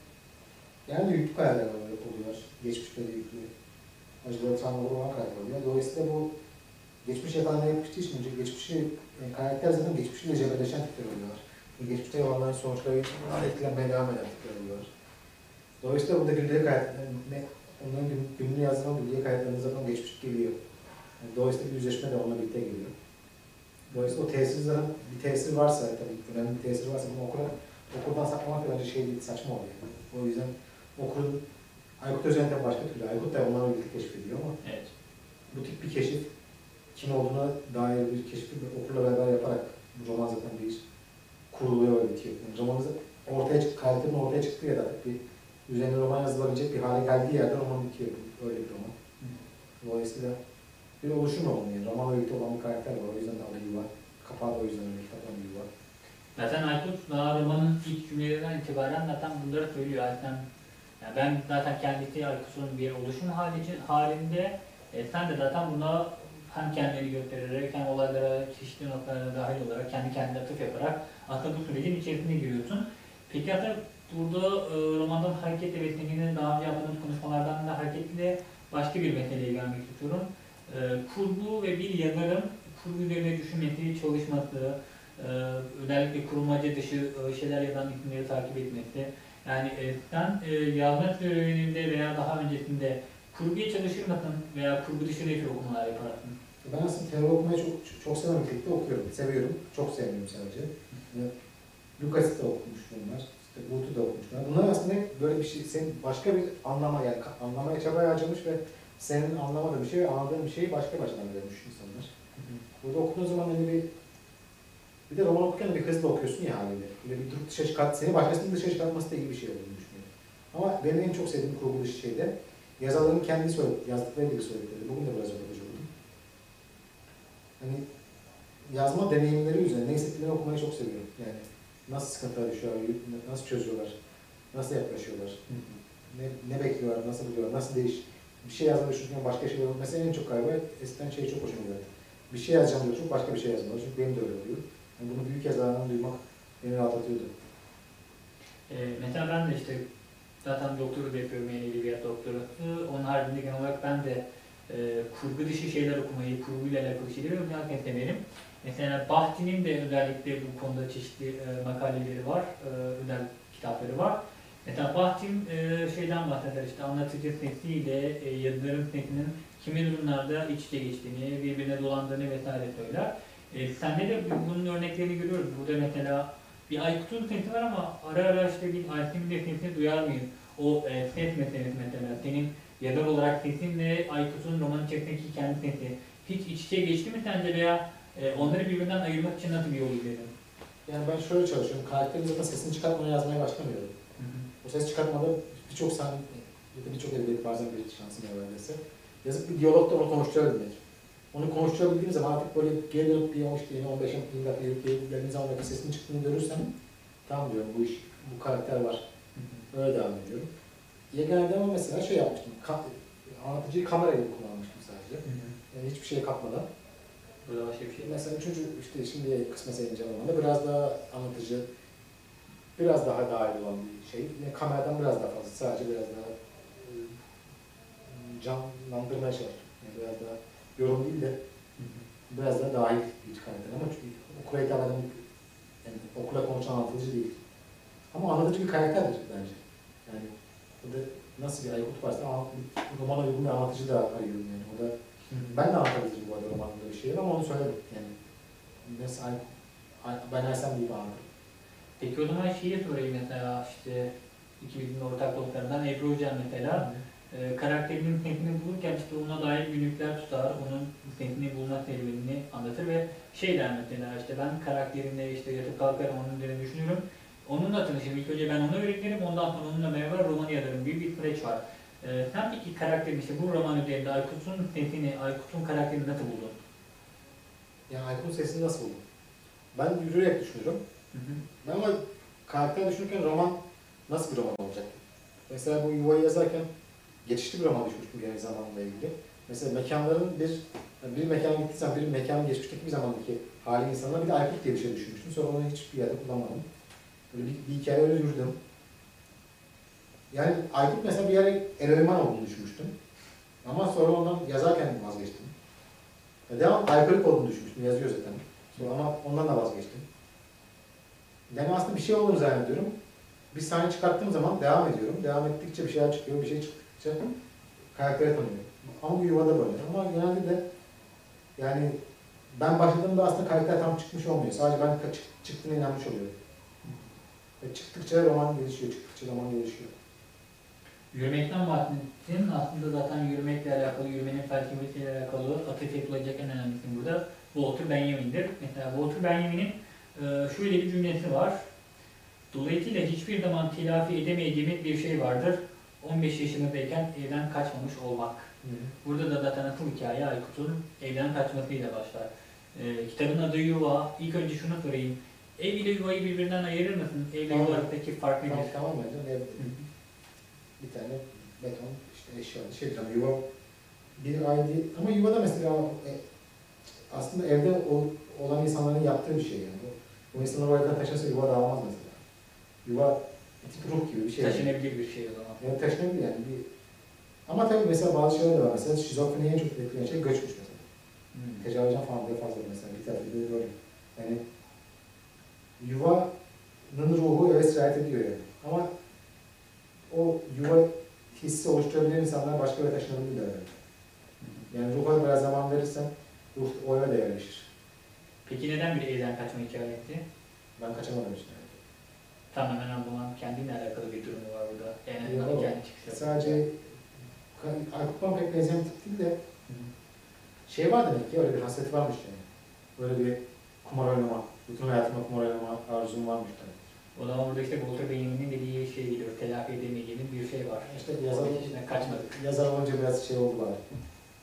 Yani yüklü hayaller oluyor. Geçmişleri yüklü. Acıları travmaları olan karakter oluyor. Dolayısıyla bu geçmiş yatağına yapıştığı için geçmişi, karakter zaten geçmişiyle cebelleşen tipler oluyorlar. Geçmişte olanların sonuçlarından etkilenmeye devam eden tipler oluyorlar. Dolayısıyla burada gündelik hayatlarında, onların günlüğü yazılan gündelik hayatlarında zaten geçmiş geliyor. Yani dolayısıyla bir yüzleşme de onunla birlikte geliyor. Dolayısıyla o tesirin bir tesir varsa, tabii önemli bir tesir varsa bunu okurdan saklamak da bence şey değil, saçma oluyor. O yüzden okurun Aykut Özen'den başka türlü, Aykut da onlarla birlikte keşfediyor ama Evet. bu tip bir keşif, kim olduğuna dair bir keşfi okurla beraber yaparak bu roman zaten bir kuruluyor ve bitiyor. Yani romanın karakterin ortaya çıktığı ya da bir üzerine roman yazılabilecek bir hale geldiği yerde roman bitiyor. Öyle bir roman. Dolayısıyla bir oluşum olmalı yani. Romanla birlikte olan bir karakter var. O yüzden de adı Yuva. Kapağı da o yüzden öyle kitaptan bir Yuva. Zaten Aykut daha romanın ilk cümlelerinden itibaren zaten bunları söylüyor. Yani ben zaten kendisi Aykut'un bir oluşum halinde sen de zaten buna hem kendini göstererek hem olaylara çeşitli noktalara dahil olarak kendi kendine atıf yaparak aslında bu sürecin içerisine giriyorsun. Peki hatta burada romandan hareketle ve senin daha önce yaptığımız konuşmalardan da hareketle başka bir meseleye gelmek istiyorum. Kurgu ve bir yazarın kurgu üzerine düşünmesi, çalışması, özellikle kurmaca dışı şeyler yazan isimleri takip etmesi. Yani sen yazma serüveninde veya daha öncesinde kurguya çalışır mısın veya kurgu dışı ne tür okumalar yaparsın? Ben aslında teori okumayı çok seven bir şekilde okuyorum. Seviyorum. Çok sevmiyorum sadece. Yani, Lucas'ı da okumuşum var. İşte Wood'u da okumuşum. Bunlar aslında hep böyle bir şey, senin başka bir anlamaya çaba harcamış ve senin anlamadığın bir şey ve anladığın bir şeyi başka baştan görmüş insanlar. Burada okuduğun zaman hani bir de roman okurken bir hızla okuyorsun ya haliyle. Böyle bir durup dışarı çıkart, seni başkasının dışarı çıkartması da iyi bir şey olduğunu düşünüyorum. Ama benim en çok sevdiğim kurgu dışı şeyde yazarların yazdıkları gibi söyledikleri. Bugün de biraz röportaj oldum. Hani yazma deneyimleri üzerine ne hissettiklerini okumayı çok seviyorum. Yani nasıl sıkıntılar düşüyor, nasıl çözüyorlar, nasıl yaklaşıyorlar, ne bekliyorlar, nasıl buluyorlar, nasıl bir şey yazmayı düşünürken başka şey olur. Mesela en çok galiba eskiden şey çok hoşuma giderdi. Bir şey yazacağım diyorsun, başka bir şey yazmalı. Çünkü benim de öyle oluyor. Yani bunu büyük yazarlardan duymak beni rahatlatıyordu. Mesela ben de işte zaten doktoru da yapıyorum, yani edebiyat doktorası. Onun haricinde genel olarak ben de kurgu dışı şeyler okumayı, kurguyla alakalı şeyleri okumayı severim. Mesela Bahti'nin de özellikle bu konuda çeşitli makaleleri var, özel kitapları var. Mesela Bahti'nin şeyden bahseder, işte anlatıcı sesiyle yazarın sesinin kimi durumlarda iç içe geçtiğini, birbirine dolandığını vesaire söyler. Sende de bunun örneklerini görüyoruz. Burada mesela bir Aykut'un sesi var ama ara ara işte bir Aysim'in de sesini duyar mıyız? O ses meselesi mesela. Senin yazar olarak sesinle Aykut'un roman içerisindeki kendi sesi hiç iç içe geçti mi sence veya onları birbirinden ayırmak için nasıl bir yol izledin? Yani ben şöyle çalışıyorum, karakterin zaten sesini çıkartmadan yazmaya başlamıyorum. O ses çıkartmada birçok sahne ya da birçok edebiyat bazen bir şansım neredeyse. Yazıp bir diyalogda onu konuşturabilmek. Onu konuşturabildiğim zaman artık böyle geri dönüp bir 15-20 dakika yürüyüp geldiğim zaman da sesinin çıktığını görürsem tamam diyorum bu iş, bu karakter var. Öyle devam ediyorum. Genelde ama mesela şey yapmıştım, anlatıcıyı kamerayla kullanmıştım sadece. Yani hiçbir şey katmadan. Burada başka bir şey. Mesela üçüncü, işte şimdi kısma sayınca romanda biraz daha anlatıcı, biraz daha dahil olan bir şey. Yine kameradan biraz daha fazla, sadece biraz daha canlandırmaya çalıştım. Yani biraz daha yorum değil de biraz daha dahil bir karakter ama çünkü okula hitap eden, yani okula konuşan anlatıcı değil. Ama anlatıcı bir karakterdir bence. Yani o da nasıl bir Aykut varsa romana uygun bir anlatıcı da arıyorum yani. O da ben de anlatabilirim bu arada romanında bir şeyler ama onu söylerim yani. Mesela ben Aysem gibi anlatırım. Peki o zaman şeyi sorayım, mesela işte ikimizin ortak dostlarından Ebru Hocam mesela karakterinin sesini bulurken işte ona dair günlükler tutar, onun sesini bulma serüvenini anlatır ve şey der mesela, işte ben karakterimle işte yatıp kalkarım, onun üzerine düşünürüm. Onunla tanışırım. İlk önce ben onu öğrenirim, ondan sonra onunla beraber romanı yazarım. Bir süreç var. Sen peki karakterin, işte bu roman üzerinde Aykut'un sesini, Aykut'un karakterini nasıl buldun? Yani Aykut'un sesini nasıl buldum? Ben yürüyerek düşünüyorum. Ben ama karakter düşünürken roman nasıl bir roman olacak? Mesela bu Yuva'yı yazarken geçişli bir roman düşmüştüm yani zamanla ilgili. Mesela mekanların bir mekana gittiysem bir mekanın geçmişteki bir zamandaki hali insanlar bir de Aykut diye bir şey düşünmüştüm. Sonra onu hiçbir yerde kullanmadım. Böyle bir hikaye öyle yürüdüm. Yani Aykut mesela bir yere Eroliman olduğunu düşünmüştüm. Ama sonra ondan yazarken vazgeçtim. Devam alkolik olduğunu düşünmüştüm, yazıyor zaten. Sonra ama ondan da vazgeçtim. Yani aslında bir şey olduğunu zannediyorum. Bir sahne çıkarttığım zaman devam ediyorum. Devam ettikçe bir şeyler çıkıyor, bir şey çıktıkça karakteri tanıyorum. Ama bu Yuva'da böyle. Ama genelde de yani ben başladığımda aslında karakter tam çıkmış olmuyor. Sadece ben çıktığına inanmış oluyorum. Ve çıktıkça roman gelişiyor, çıktıkça roman gelişiyor. Yürümekten bahsettin. Aslında zaten yürümekle alakalı, yürümenin felsefesiyle alakalı atıf yapılacak en önemlisi burada Walter Benjamin'dir. Mesela Walter Benjamin'in şöyle bir cümlesi var. Dolayısıyla hiçbir zaman telafi edemeyeceğimiz bir şey vardır. 15 yaşımızdayken evden kaçmamış olmak. Burada da zaten asıl hikaye Aykut'un evden kaçmasıyla başlar. Kitabın adı Yuva. İlk önce şunu sorayım. Ev ile yuvayı birbirinden ayırır mısın? Ev ile yuva arasındaki fark nedir? Tamam bence. Bir tane beton işte eşyalı şey ama yuva bir ayrı değil. Ama yuvada mesela aslında evde olan insanların yaptığı bir şey yani. O insanlar o evden taşınsa yuva dağılmaz mesela. Yuva bir tip ruh gibi bir şey. Taşınabilir bir şey o zaman. Yani taşınabilir yani. Ama tabii mesela bazı şeyler de var. Mesela şizofreniye en çok etkileyen şey göçmüş mesela. Tecavüzden falan bile fazla mesela. Bir tarafı da böyle. Yani yuvanın ruhu evet sirayet ediyor yani. Ama o yuva hissi oluşturabilen insanlar başka yere taşınabilirler. Yani ruha biraz zaman verirsen ruh o eve de yerleşir. Peki neden bir evden kaçma hikayesi? Ben kaçamadım işte. Tamamen Abdullah'ın kendiyle alakalı bir durumu var burada. Yani Yok, kendi çıkışı. sadece Aykut'tan pek benzeyen bir tip değil de şey var demek ki öyle bir hasret varmış yani. Böyle bir kumar oynama, bütün hayatımda kumar oynama arzum varmış tabii. O zaman burada işte Walter Benjamin'in dediği şey geliyor. Telafi edemeyeceğimiz bir şey var. İşte Onun içine kaçmadık. yazar olunca biraz şey oldu bari.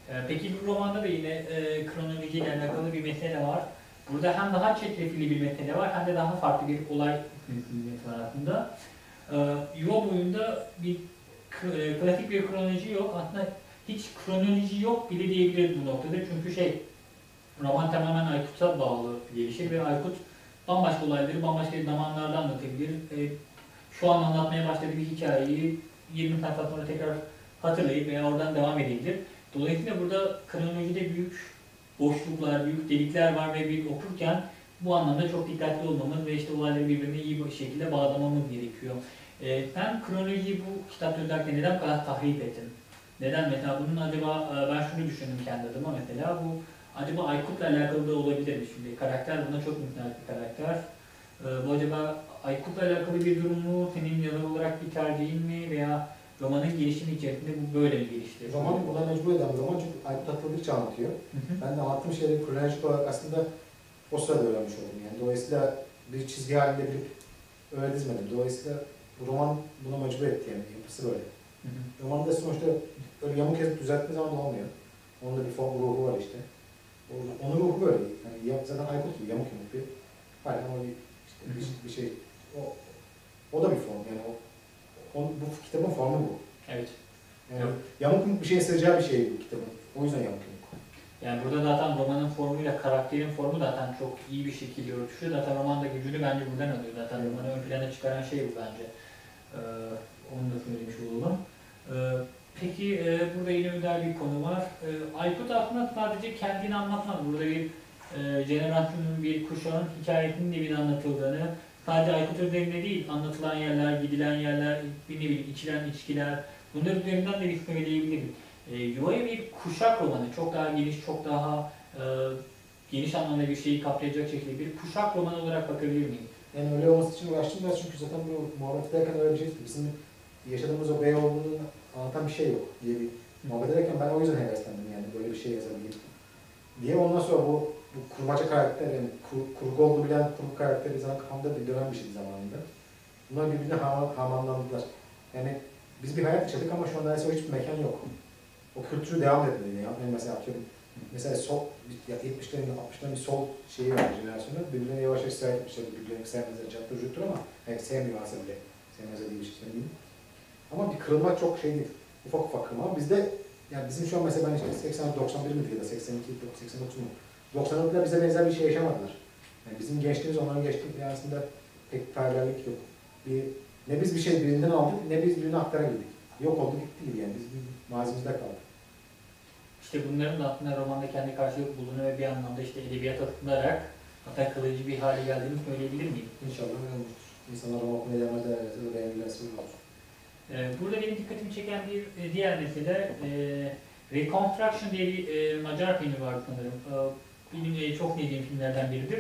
Peki bu romanda da yine kronolojiyle alakalı bir mesele var. Burada hem daha çetrefilli bir mesele var hem de daha farklı bir olay silsilesi var aslında. Yuva boyunda bir klasik bir kronoloji yok. Aslında hiç kronoloji yok bile diyebiliriz bu noktada. Çünkü roman tamamen Aykut'a bağlı gelişir ve Aykut bambaşka olayları bambaşka zamanlarda anlatabilir. Şu an anlatmaya başladığı bir hikayeyi 20 sayfa sonra tekrar hatırlayıp veya oradan devam edebilir. Dolayısıyla burada kronolojide büyük boşluklar, büyük delikler var ve bir okurken bu anlamda çok dikkatli olmamız ve işte olayları birbirine iyi bir şekilde bağlamamız gerekiyor. Sen kronolojiyi bu kitapta özellikle neden bu kadar tahrip ettin? Neden mesela bunun acaba, ben şunu düşündüm kendi adıma mesela, bu acaba Aykut'la alakalı da olabilir mi? Şimdi karakter buna çok müsait bir karakter. Bu acaba Aykut'la alakalı bir durum mu, senin yazar olarak bir tercihin mi veya romanın gelişimi içerisinde bu böyle mi gelişti? Roman buna mecbur eden bir roman çünkü Aykut Atıldıkça anlatıyor. Ben de anlattığım şeyleri kronolojik olarak aslında o sırada öğrenmiş oldum yani. Dolayısıyla bir çizgi halinde bir öyle dizmedim. Dolayısıyla bu roman buna mecbur etti yani, yapısı böyle. Romanda sonuçta böyle yamuk yazıp düzeltme zaman da olmuyor. Onun da bir form ruhu var işte. Onun ruhu böyle. Yani zaten Aykut gibi yamuk bir hala ama bir şey. O da bir form yani bu kitabın formu bu. Evet. Yani yamuk bir şeye sığacağı bir şey bu kitabın. O yüzden yamuk. Yani burada zaten romanın formuyla karakterin formu zaten çok iyi bir şekilde örtüşüyor. Zaten romanda gücünü bence buradan alıyor. Zaten romanı ön plana çıkaran şey bu bence. Onu da söylemiş olalım. Peki burada yine özel bir konu var. Aykut aslında sadece kendini anlatmaz. Burada bir jenerasyonun, bir kuşağın hikayesinin de bir anlatıldığını, sadece Aykut üzerinde değil, anlatılan yerler, gidilen yerler, ne bileyim, içilen içkiler, bunlar üzerinden de bir söyleyebilirim. Yuva'ya bir kuşak romanı, çok daha geniş, çok daha geniş anlamda bir şeyi kapsayacak şekilde bir kuşak romanı olarak bakabilir miyim? Yani öyle olması için uğraştım biraz çünkü zaten bu muhabbet ederken öyle bir şey bizim yaşadığımız o Beyoğlu'nu anlatan bir şey yok diye bir muhabbet ederken ben o yüzden heveslendim yani böyle bir şey yazabilirim diye. Ondan sonra bu kurmaca karakter yani kurgu olduğunu bilen kurgu karakteri zaten kafamda bir dönem bir şeydi zamanında. Bunlar birbirine harmanlandılar. Yani biz bir hayat yaşadık ama şu anda neredeyse hiçbir mekan yok. O kültürü devam etmedi. Yani mesela atıyorum. Mesela sol, 70'lerin, 60'ların bir sol şeyi var jenerasyonu. Birbirine yavaş yavaş sahip etmişler. Birbirlerini sevmezler, çatır cüttür ama evet, sevmiyor aslında bile. Sevmezler diye bir şey söyleyeyim. Ama bir kırılma çok şey değil. Ufak ufak kırılma. Bizde yani bizim şu an mesela ben işte 91 miydi ya da 82, 89 mu? 90'lıklar bize benzer bir şey yaşamadılar. Yani bizim gençliğimiz onların gençliği arasında pek paralellik yok. Ne biz bir şey birinden aldık ne biz birine aktarabildik. Yok oldu gitti gibi yani. Biz bir mazimizde kaldık. İşte bunların da aslında romanda kendi karşılık bulduğunu ve bir anlamda işte edebiyat atılarak hatta kalıcı bir hale geldiğini söyleyebilir miyim? İnşallah öyle olmuştur. İnsanlar Roma okumaya devam ederse ve beğenirlerse öyle olur. Burada benim dikkatimi çeken bir diğer mesele Reconstruction diye bir Macar filmi var sanırım. Benim çok sevdiğim filmlerden biridir.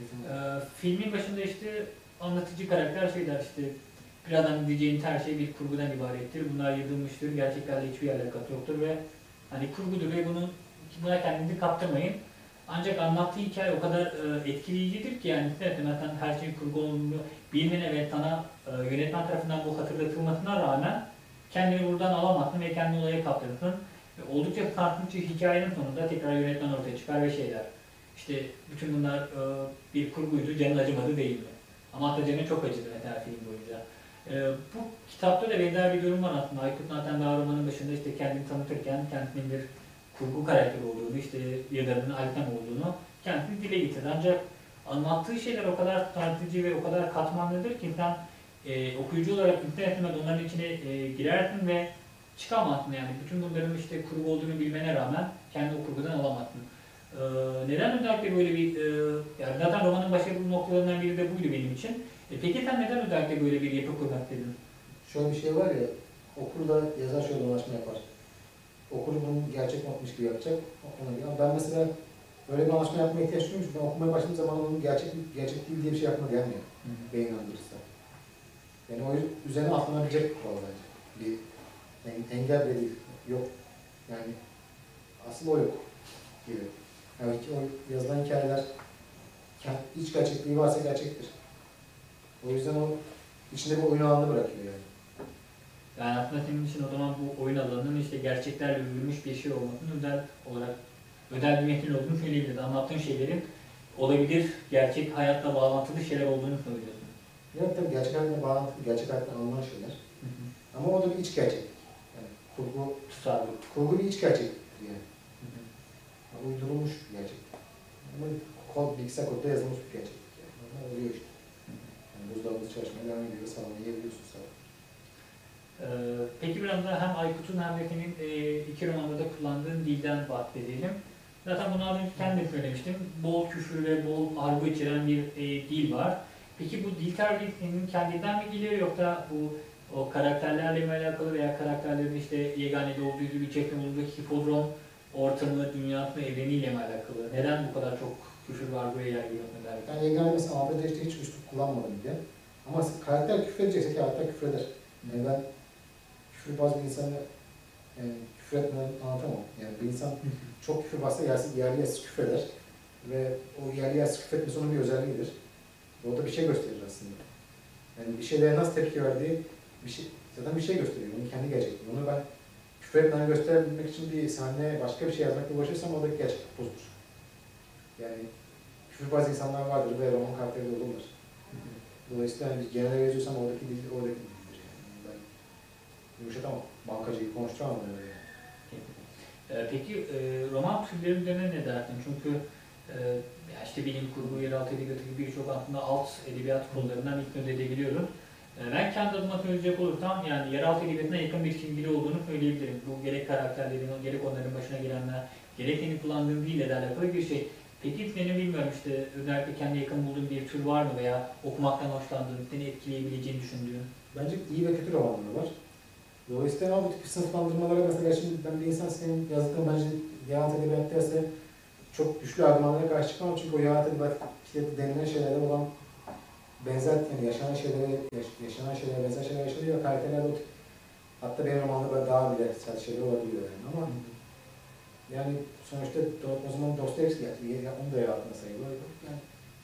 Filmin başında işte anlatıcı karakter şeyler işte birazdan diyeceğiniz her şey bir kurgudan ibarettir. Bunlar yazılmıştır, gerçeklerle hiçbir alakası yoktur ve hani kurgudur ve buna kendinizi kaptırmayın. Ancak anlattığı hikaye o kadar etkileyicidir ki yani zaten her şeyin kurgu olduğunu bilmene ve sana yönetmen tarafından bu hatırlatılmasına rağmen kendini buradan alamazsın ve kendini olaya kaptırırsın. Ve oldukça sarsıntıcı hikayenin sonunda tekrar yönetmen ortaya çıkar ve şeyler. İşte bütün bunlar bir kurguydu, canın acımadı değil mi? Ama hatta canı çok acıdı mesela film boyunca. Bu kitapta da benzer bir durum var aslında. Aykut zaten daha romanın başında işte kendini tanıtırken kendisinin bir kurgu karakteri olduğunu, işte yazarının Altem olduğunu kendisi dile getirir. Ancak anlattığı şeyler o kadar tartıcı ve o kadar katmanlıdır ki sen okuyucu olarak internetten onların içine girersin ve çıkamazsın yani. Bütün bunların işte kurgu olduğunu bilmene rağmen kendi o kurgudan alamazsın. Neden özellikle böyle bir, yani zaten romanın başarılı noktalarından biri de buydu benim için. Peki sen neden özellikle böyle bir yapı kurmak istedin? Şöyle bir şey var ya, okurda yazar şöyle dolaşma yapar. Okur bunu gerçek olmuş gibi yapacak. Ben mesela öyle bir anlaşma yapmaya ihtiyaç duymuş. Ben okumaya başladığım zaman onun gerçek değil diye bir şey aklıma gelmiyor. Beyin andırırsa. Yani o üzerine atlanabilecek bir kural bence. Bir engel bile değil. Yok. Yani aslında o yok gibi. Yani o yazılan hikayeler iç gerçekliği varsa gerçektir. O yüzden o içinde bir oyun alanı bırakıyor yani. Yani aslında senin için o zaman bu oyun alanının işte gerçeklerle örülmüş bir şey olmasının özel bir metin olduğunu söyleyebiliriz. Anlattığın şeylerin olabilir, gerçek hayatla bağlantılı şeyler olduğunu söylüyorsun. Yani tabii gerçek hayatla bağlantılı, gerçek hayatla alınan şeyler. Hı hı. Ama o da bir iç gerçeklik. Yani Tutarlı. kurgu bir iç gerçekliktir yani. Hı hı. Uydurulmuş bir gerçeklik. Ama bilgisayar kodda yazılmış bir gerçeklik yani. Ama oluyor işte. Yani buzdolabında çalışmaya devam ediyor, salonu yiyebiliyorsun sabah. Peki biraz daha hem Aykut'un hem de senin iki romanda da kullandığın dilden bahsedelim. Zaten bunu az önce kendim söylemiştim. Bol küfür ve bol argo içeren bir dil var. Peki bu dil tercihi senin kendinden mi geliyor yoksa bu o karakterlerle mi alakalı veya karakterlerin işte Yegane'de olduğu gibi içerisinde bulunduğu hipodrom ortamı, dünyası, evreniyle mi alakalı? Neden bu kadar çok küfür ve argoya yer veriyorsun derken? Yani Yegane mesela ABD'de işte hiç üslup kullanmadım diye. Ama karakter küfür edecekse karakter küfür eder. Yani ben küfürbaz bir insanı yani küfür etmeden anlatamam. Yani bir insan çok küfürbazsa yerli yersiz küfür eder. Ve o yerli yersiz küfür etmesi onun bir özelliğidir. Ve o da bir şey gösterir aslında. Yani bir şeylere nasıl tepki verdiği zaten bir şey gösteriyor. Onun kendi gerçekliği. Onu ben küfür etmeden gösterebilmek için bir sahneye başka bir şey yazmakla uğraşırsam oradaki gerçeklik bozulur. Yani küfürbaz insanlar vardır ve roman karakteri de olurlar. Dolayısıyla hani bir genel yazıyorsam oradaki dildir yani. Ben yumuşatamam. Bankacıyı konuşturamam öyle yani. Peki roman türleri üzerine ne dersin? Çünkü işte bilim kurgu, yeraltı edebiyatı gibi birçok aslında alt edebiyat kollarından ilk edebiliyoruz. Ben kendi adıma söyleyecek olursam yani yeraltı edebiyatına yakın bir çizgili olduğunu söyleyebilirim. Bu gerek karakterlerin, gerek onların başına gelenler, gerek senin kullandığın dille de alakalı bir şey. Peki seni bilmiyorum işte özellikle kendi yakın bulduğun bir tür var mı veya okumaktan hoşlandığın, seni etkileyebileceğini düşündüğün? Bence iyi ve kötü romanları var. Dolayısıyla ama bu tip sınıflandırmalara mesela şimdi ben bir insan senin yazdıkların bence yeraltı edebiyat derse çok güçlü argümanlara karşı çıkamam çünkü o yeraltı edebiyat işte denilen şeylerde olan benzer yani yaşanan şeylere benzer şeyler yaşanıyor ve karakterler de o tip hatta benim romanımda daha bile sert şeyler olabiliyor yani ama yani sonuçta o zaman Dostoyevski onu da yaratma sayılır. Yani,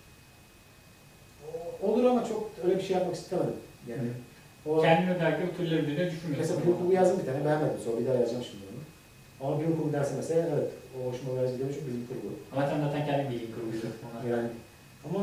olur ama çok öyle bir şey yapmak istemedim. Yani Kendini özellikle bu türler üzerine düşünmüyorsun. mesela bilim kurgu yazdım bir tane beğenmedim sonra bir daha yazacağım şimdi onu. Ama bilim kurgu dersi mesela evet o hoşuma gidiyor çünkü bilim kurgu. Ama sen zaten kendin bilim kurgucusun. Yani ama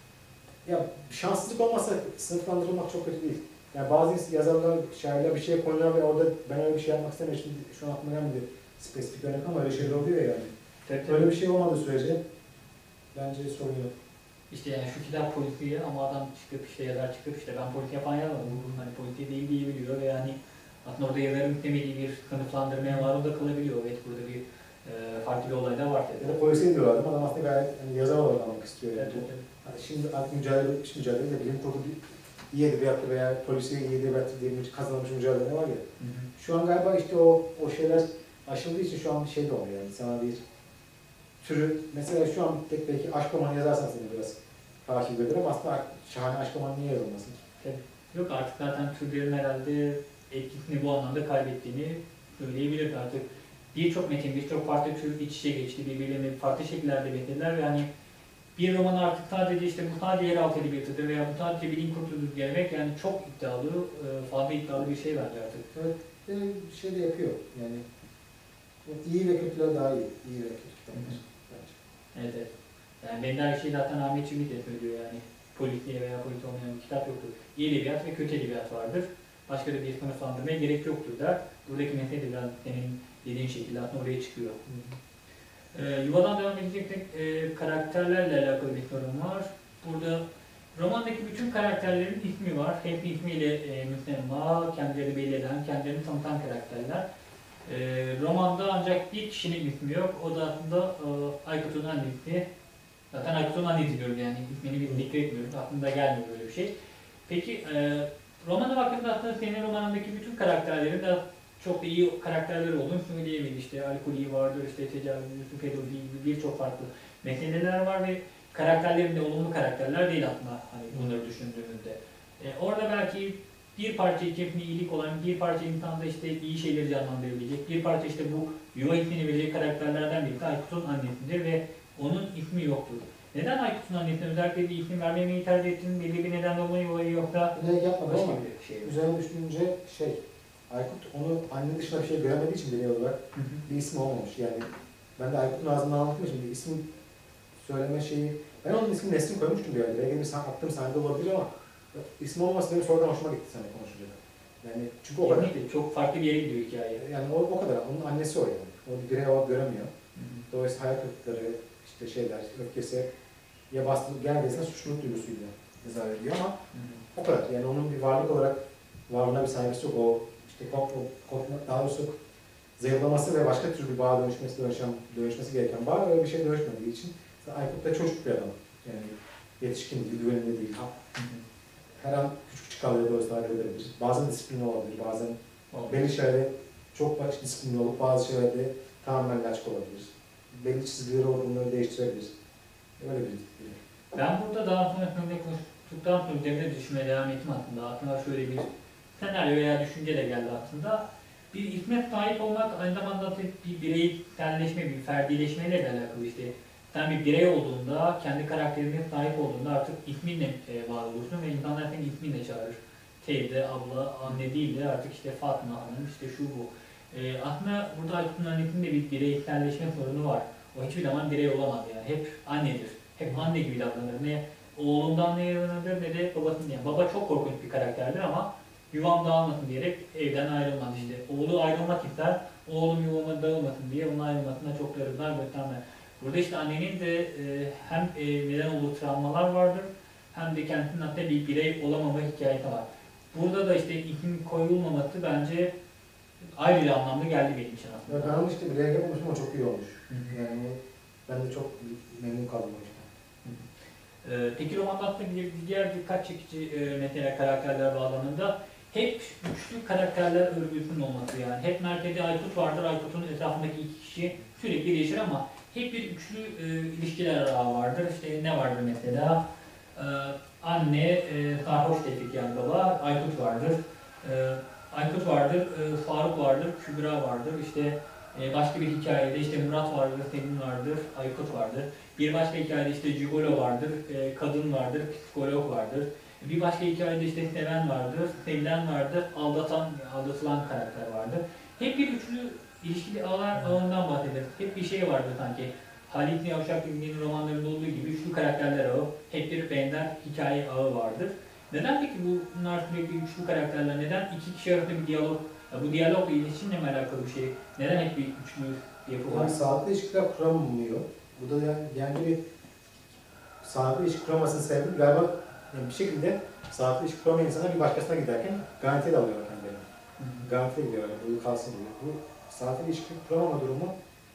ya şanssızlık olmasa sınıflandırılmak çok kötü değil. Yani bazı yazarlar, şairler bir şey koyuyorlar ve orada ben öyle bir şey yapmak istemiyorum. Şimdi şu an aklıma gelmedi spesifik örnek ama öyle şeyler oluyor ya yani. Öyle bir şey olmadığı sürece bence sorun yok. İşte yani şu kitap polisiye ama adam çıkıp işte yazar çıkıp işte ben polisiye falan yazmadım. Bunun hani polisiye değil diyebiliyor ve yani aslında orada yazarın istemediği bir sınıflandırmaya var o da kalabiliyor. Evet burada bir farklı bir olay da var. Ya da polisiye diyorlar ama adam aslında gayet yani yazar olarak almak istiyor yani. Evet, evet. Hani şimdi artık mücadele bilim kurgu iyi edebiyatlı veya polisiye iyi edebiyatlı diye bir kazanılmış mücadele var ya. Hı hı. Şu an galiba işte o şeyler aşıldığı için şu an bir şey de oluyor yani sana bir türü mesela şu an tek belki aşk romanı yazarsan seni biraz takip eder ama aslında şahane aşk romanı niye yazılmasın ki? Yok artık zaten türlerin herhalde etkisini bu anlamda kaybettiğini söyleyebiliriz artık. Birçok metin, birçok farklı tür iç içe geçti, birbirlerini farklı şekillerde beslediler ve hani bir roman artık sadece işte bu sadece yeraltı edebiyatıdır veya bu sadece bilim kurgudur demek yani çok iddialı, fazla iddialı bir şey bence artık. Evet, bir şey de yapıyor yani iyi ve kötüler daha iyi, iyi ve kötü kitaplar bence. Evet, evet. Yani benzer bir şey zaten Ahmet Çimik de söylüyor yani. Polisiye veya polis olmayan bir kitap yoktur. İyi edebiyat ve kötü edebiyat vardır. Başka da bir sınıflandırmaya gerek yoktur der. Buradaki mesele de biraz senin dediğin şekilde aslında oraya çıkıyor. Yuvadan devam edeceksek karakterlerle alakalı bir sorun var. Burada romandaki bütün karakterlerin ismi var. Hepsi ismiyle müsemma, kendilerini belli eden, kendilerini tanıtan karakterler. Romanda ancak bir kişinin ismi yok. O da aslında Aykut'un annesi. Zaten Aykut'un annesi diyoruz yani. İsmini biz zikretmiyoruz. Aklında gelmiyor böyle bir şey. Peki romana baktığımda aslında senin romanındaki bütün karakterlerin de çok da iyi karakterler olduğunu söyleyemeyiz. İşte alkolü vardır, işte tecavüzcüsü, pedofili gibi birçok farklı meseleler var ve karakterlerin de olumlu karakterler değil aslında hani bunları düşündüğümüzde. Orada belki bir parça içerisinde iyilik olan, bir parça insanda işte iyi şeyleri canlandırabilecek, bir parça işte bu yuva ismini verecek karakterlerden birisi Aykut'un annesidir ve onun ismi yoktur. Neden Aykut'un annesine özellikle bir isim vermemeyi tercih ettin? Belli bir neden olmayı olayı yoksa Ne yapmadım başka ama bir şey mi? üzerine düşününce şey Aykut onu anne dışında bir şey göremediği için birey olarak bir isim olmamış. Yani ben de Aykut'un ağzından anlattığım için bir isim söyleme şeyi, ben onun ismini Nesrin koymuştum bir yerde. Belki attığım sahnede olabilir ama ismi olması benim sonradan hoşuma gitti seninle konuşunca. Yani çünkü o kadar. Kesinlikle çok farklı bir yere gidiyor hikaye. Yani o kadar. Onun annesi o yani. O bir birey olarak göremiyor. Dolayısıyla hayal kırıklıkları, işte şeyler, öfkesi ya bastı geldiğinde suçluluk duygusuyla tezahür ediyor ama o kadar. Yani onun bir varlık olarak varlığına bir saygısı yok. O işte daha doğrusu zayıflaması ve başka türlü bir bağa dönüşmesi gereken bağ öyle bir şey dönüşmediği için Aykut da çocuk bir adam. Yani yetişkin değil, güvenli değil. Her an küçük çıkarları dolayısıyla edebilir. Bazen disiplinli olabilir, bazen belli şeylerde çok disiplinli olup bazı şeylerde tamamen açık olabilir. Belli çizgileri olduğunu değiştirebilir. Öyle bir biri. Ben burada daha sonra filmde konuştuktan sonra üzerine düşünmeye devam ettim aslında. Aklıma şöyle bir senaryo veya düşünce de geldi aslında. Bir isme sahip olmak aynı zamanda bir bireyselleşme, bir ferdileşmeyle de alakalı işte. Sen bir birey olduğunda, kendi karakterine sahip olduğunda artık isminle var olursun ve insanlar seni isminle çağırır. Teyze, abla, anne değil de artık işte Fatma Hanım, işte şu bu. Aslında burada Aykut'un annesinin de bir bireyselleşme sorunu var. O hiçbir zaman birey olamaz yani. Hep annedir. Hep anne gibi davranır. Ne oğlundan ne yaranır ne de babasından. Yani baba çok korkunç bir karakterdir ama yuvam dağılmasın diyerek evden ayrılmaz işte. Oğlu ayrılmak ister, oğlum yuvama dağılmasın diye onun ayrılmasına çok yararlar göstermez. Burada işte annenin de hem neden olduğu travmalar vardır hem de kendisinin hatta bir birey olamama hikayesi var. Burada da işte isim koyulmaması bence ayrı bir anlamda geldi benim için aslında. Ben onu işte birey yapmamışım ama çok iyi olmuş. Yani ben de çok memnun kaldım o yüzden. Peki romanda aslında diğer birkaç çekici mesela karakterler bağlamında hep güçlü karakterler örgüsünün olması yani. Hep merkezde Aykut vardır, Aykut'un etrafındaki iki kişi sürekli değişir ama hep bir güçlü ilişkiler ağı vardır. İşte ne vardır mesela? Anne, sarhoş Tevfik yani baba, Aykut vardır. Aykut vardır, Faruk vardır, Kübra vardır. İşte başka bir hikayede işte Murat vardır, Selim vardır, Aykut vardır. Bir başka hikayede işte Cigolo vardır, kadın vardır, psikolog vardır. Bir başka hikayede işte seven vardır, sevilen vardır, aldatılan karakter vardır. Hep bir üçlü ilişkili ağından bahsederiz. Hep bir şey vardır sanki. Halit Yavşak Bilgin'in romanlarında olduğu gibi üçlü karakterler ağı, hep bir benzer hikaye ağı vardır. Neden peki bunlar sürekli üçlü karakterler? Neden iki kişi arasında bir diyalog, bu diyalogla iletişimle mi alakalı bir şey? Neden hep bir üçlü yapı var? Yani sağlıklı ilişkiler kuramıyor. Bu da yani bir sağlıklı ilişki kuramasının sebebi galiba yani bir şekilde sağlıklı ilişki kuramayan insanlar bir başkasına giderken garantiye de alıyorlar kendilerini. Garantiye gidiyorlar, bu kalsın diyor. Bu sağlıklı ilişki kuramama durumu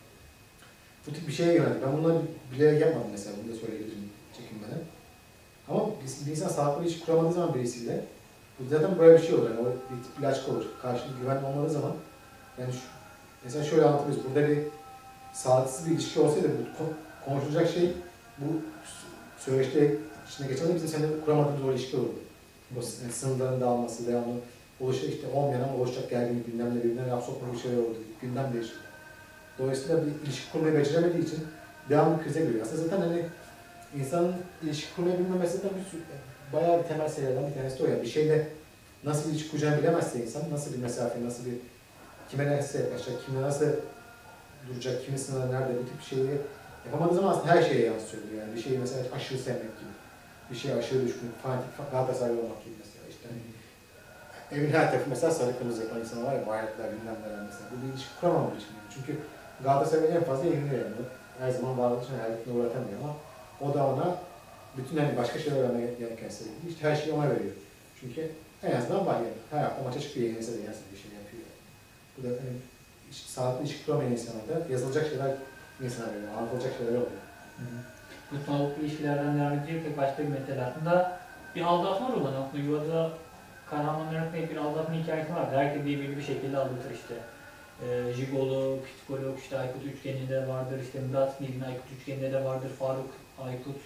bu tip bir şeye yönelik. Ben bunları bilerek yapmadım mesela, bunu da söyleyebilirim çekinmeden. Ama bir insan sağlıklı ilişki kuramadığı zaman birisiyle, bu zaten böyle bir şey olur. Yani o bir tip ilaçlık olur. Karşılıklı güven olmadığı zaman, yani mesela şöyle anlatabiliriz. Burada bir sağlıksız bir ilişki olsaydı bu konuşulacak şey, bu süreçte içine geçen bizim seninle kuramadığımız o ilişki olurdu. O yani sınırların dağılması, devamlı işte olmayan ama oluşacak gerginlik, gündemle birbirine laf sokma bir şeyler oldu. Gündem değişti. Dolayısıyla bir ilişki kurmayı beceremediği için devamlı krize giriyor. Aslında zaten hani insanın ilişki kurmayı bilmemesi de bayağı bir temel şeylerden bir tanesi de o ya. Bir şeyle nasıl bir ilişki kuracağını bilemezse insan, nasıl bir mesafe, nasıl bir kime nasıl yaklaşacak, kime nasıl duracak, kimin sınırları nerede, bu tip şeyi yapamadığı zaman aslında her şeye yansıyor. Yani bir şeyi mesela aşırı sevmek gibi, bir şeye aşırı düşkün, fanatik, Galatasaray olmak gibi mesela işte. Evin her tarafı mesela sarı kırmızı yapan insanlar var ya, bayraklar, bilmem neler mesela. Bu bir ilişki kuramamadığı için. Çünkü Galatasaray'ın en fazla yeniliyor yani. Her zaman varlığı için hayatını uğratamıyor ama o da ona bütün hani başka şeyler vermeye gereken sevgili. İşte her şeyi ona veriyor. Çünkü en azından var yani. Her hafta maça çıkıyor, yenilse de yenilse bir şey yapıyor. Bu da hani sağlıklı ilişki kuramayan insanlarda yazılacak şeyler insana veriyor, anlatılacak şeyler oluyor. Bu sağlıklı ilişkilerden devam edecek başka bir mesele aslında bir aldatma romanı aslında yuvada kahramanların arasında bir aldatma hikayesi var. Herkes birbirini bir şekilde aldatır işte. Jigolo, psikolog, işte Aykut üçgeninde vardır, işte Murat Nil'in Aykut üçgeninde de vardır, Faruk, Aykut,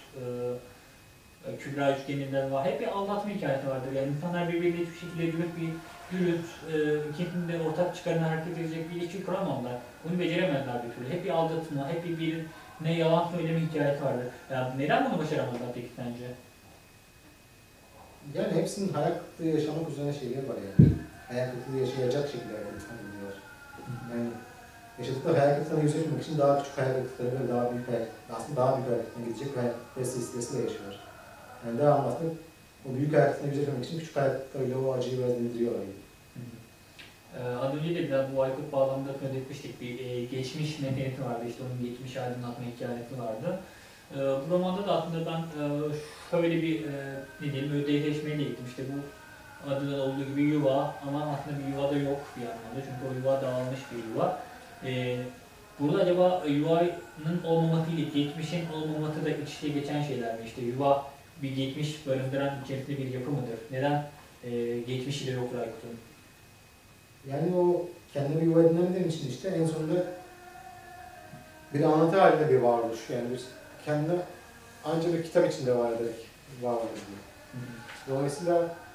Kübra üçgeninde var. Hep bir aldatma hikayesi vardır. Yani insanlar birbiriyle hiçbir şekilde dürüst, ikisinin de ortak çıkarını hareket edecek bir ilişki kuramazlar. Bunu beceremezler bir türlü. Hep bir aldatma, hep birine yalan söyleme hikayesi vardır. Yani neden bunu başaramazlar peki sence? Yani hepsinin hayal kırıklığı yaşamak üzerine şeyler var yani. hayal kırıklığı yaşayacak şekilde hayal kırıklığına gidiyorlar. Yani yaşadıkları hayal kırıklığına yüzleşmek için daha küçük hayal kırıklıkları ve daha büyük hayal, aslında daha büyük hayal kırıklığına gidecek hayal silsilesiyle yaşıyorlar. Yani daha aslında o büyük hayal kırıklığına yüzleşmek için küçük hayal kırıklıklarıyla o acıyı biraz dindiriyorlar gibi. Az önce de biraz bu Aykut bağlamında söz etmiştik. Bir geçmiş medeniyeti vardı. İşte onun geçmiş aydınlatma hikayesi vardı. Bu romanda da aslında ben şöyle bir ne diyelim ödeyeleşmeyle gittim. İşte bu adında olduğu gibi yuva ama aslında bir yuva da yok bir anlamda. Çünkü o yuva dağılmış bir yuva. Burada acaba yuvanın olmaması ile geçmişin olmaması da iç içe geçen şeyler mi? İşte yuva bir geçmiş barındıran içerisinde bir yapı mıdır? Neden geçmişi de yok Aykut'un? Yani o kendine bir yuva edinemediğin için işte en sonunda bir anlatı halinde bir varoluş. Yani biz kendine ancak bir kitap içinde var ederek var ediyor. Dolayısıyla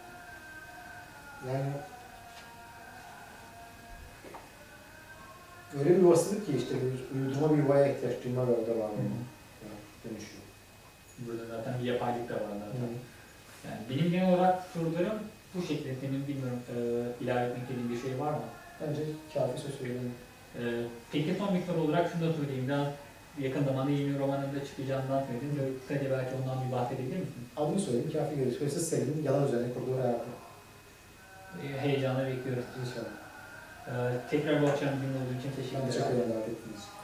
yani öyle bir yuvasılık ki işte bir uydurma bir yuvaya ihtiyaç duyma ve orada var olma dönüşüyor. Burada zaten bir yapaylık da var zaten. Yani benim genel olarak sorularım bu şekilde. Senin bilmiyorum ilave etmek istediğin bir şey var mı? Bence kafi söz söyledim. Peki son bir soru olarak şunu da söyleyeyim. Biraz yakın zamanda yeni romanında çıkacağından söyledin. Böyle kısaca belki ondan bir bahsedebilir misin? Adını söyleyeyim, kafi gelir. Hırsız sevginin yalan üzerine kurduğu hayatı. Heyecanla bekliyoruz. İnşallah. Tekrar bu akşam bizimle olduğu için Ben teşekkür teşekkür ederim. ederim davet ettiğiniz için.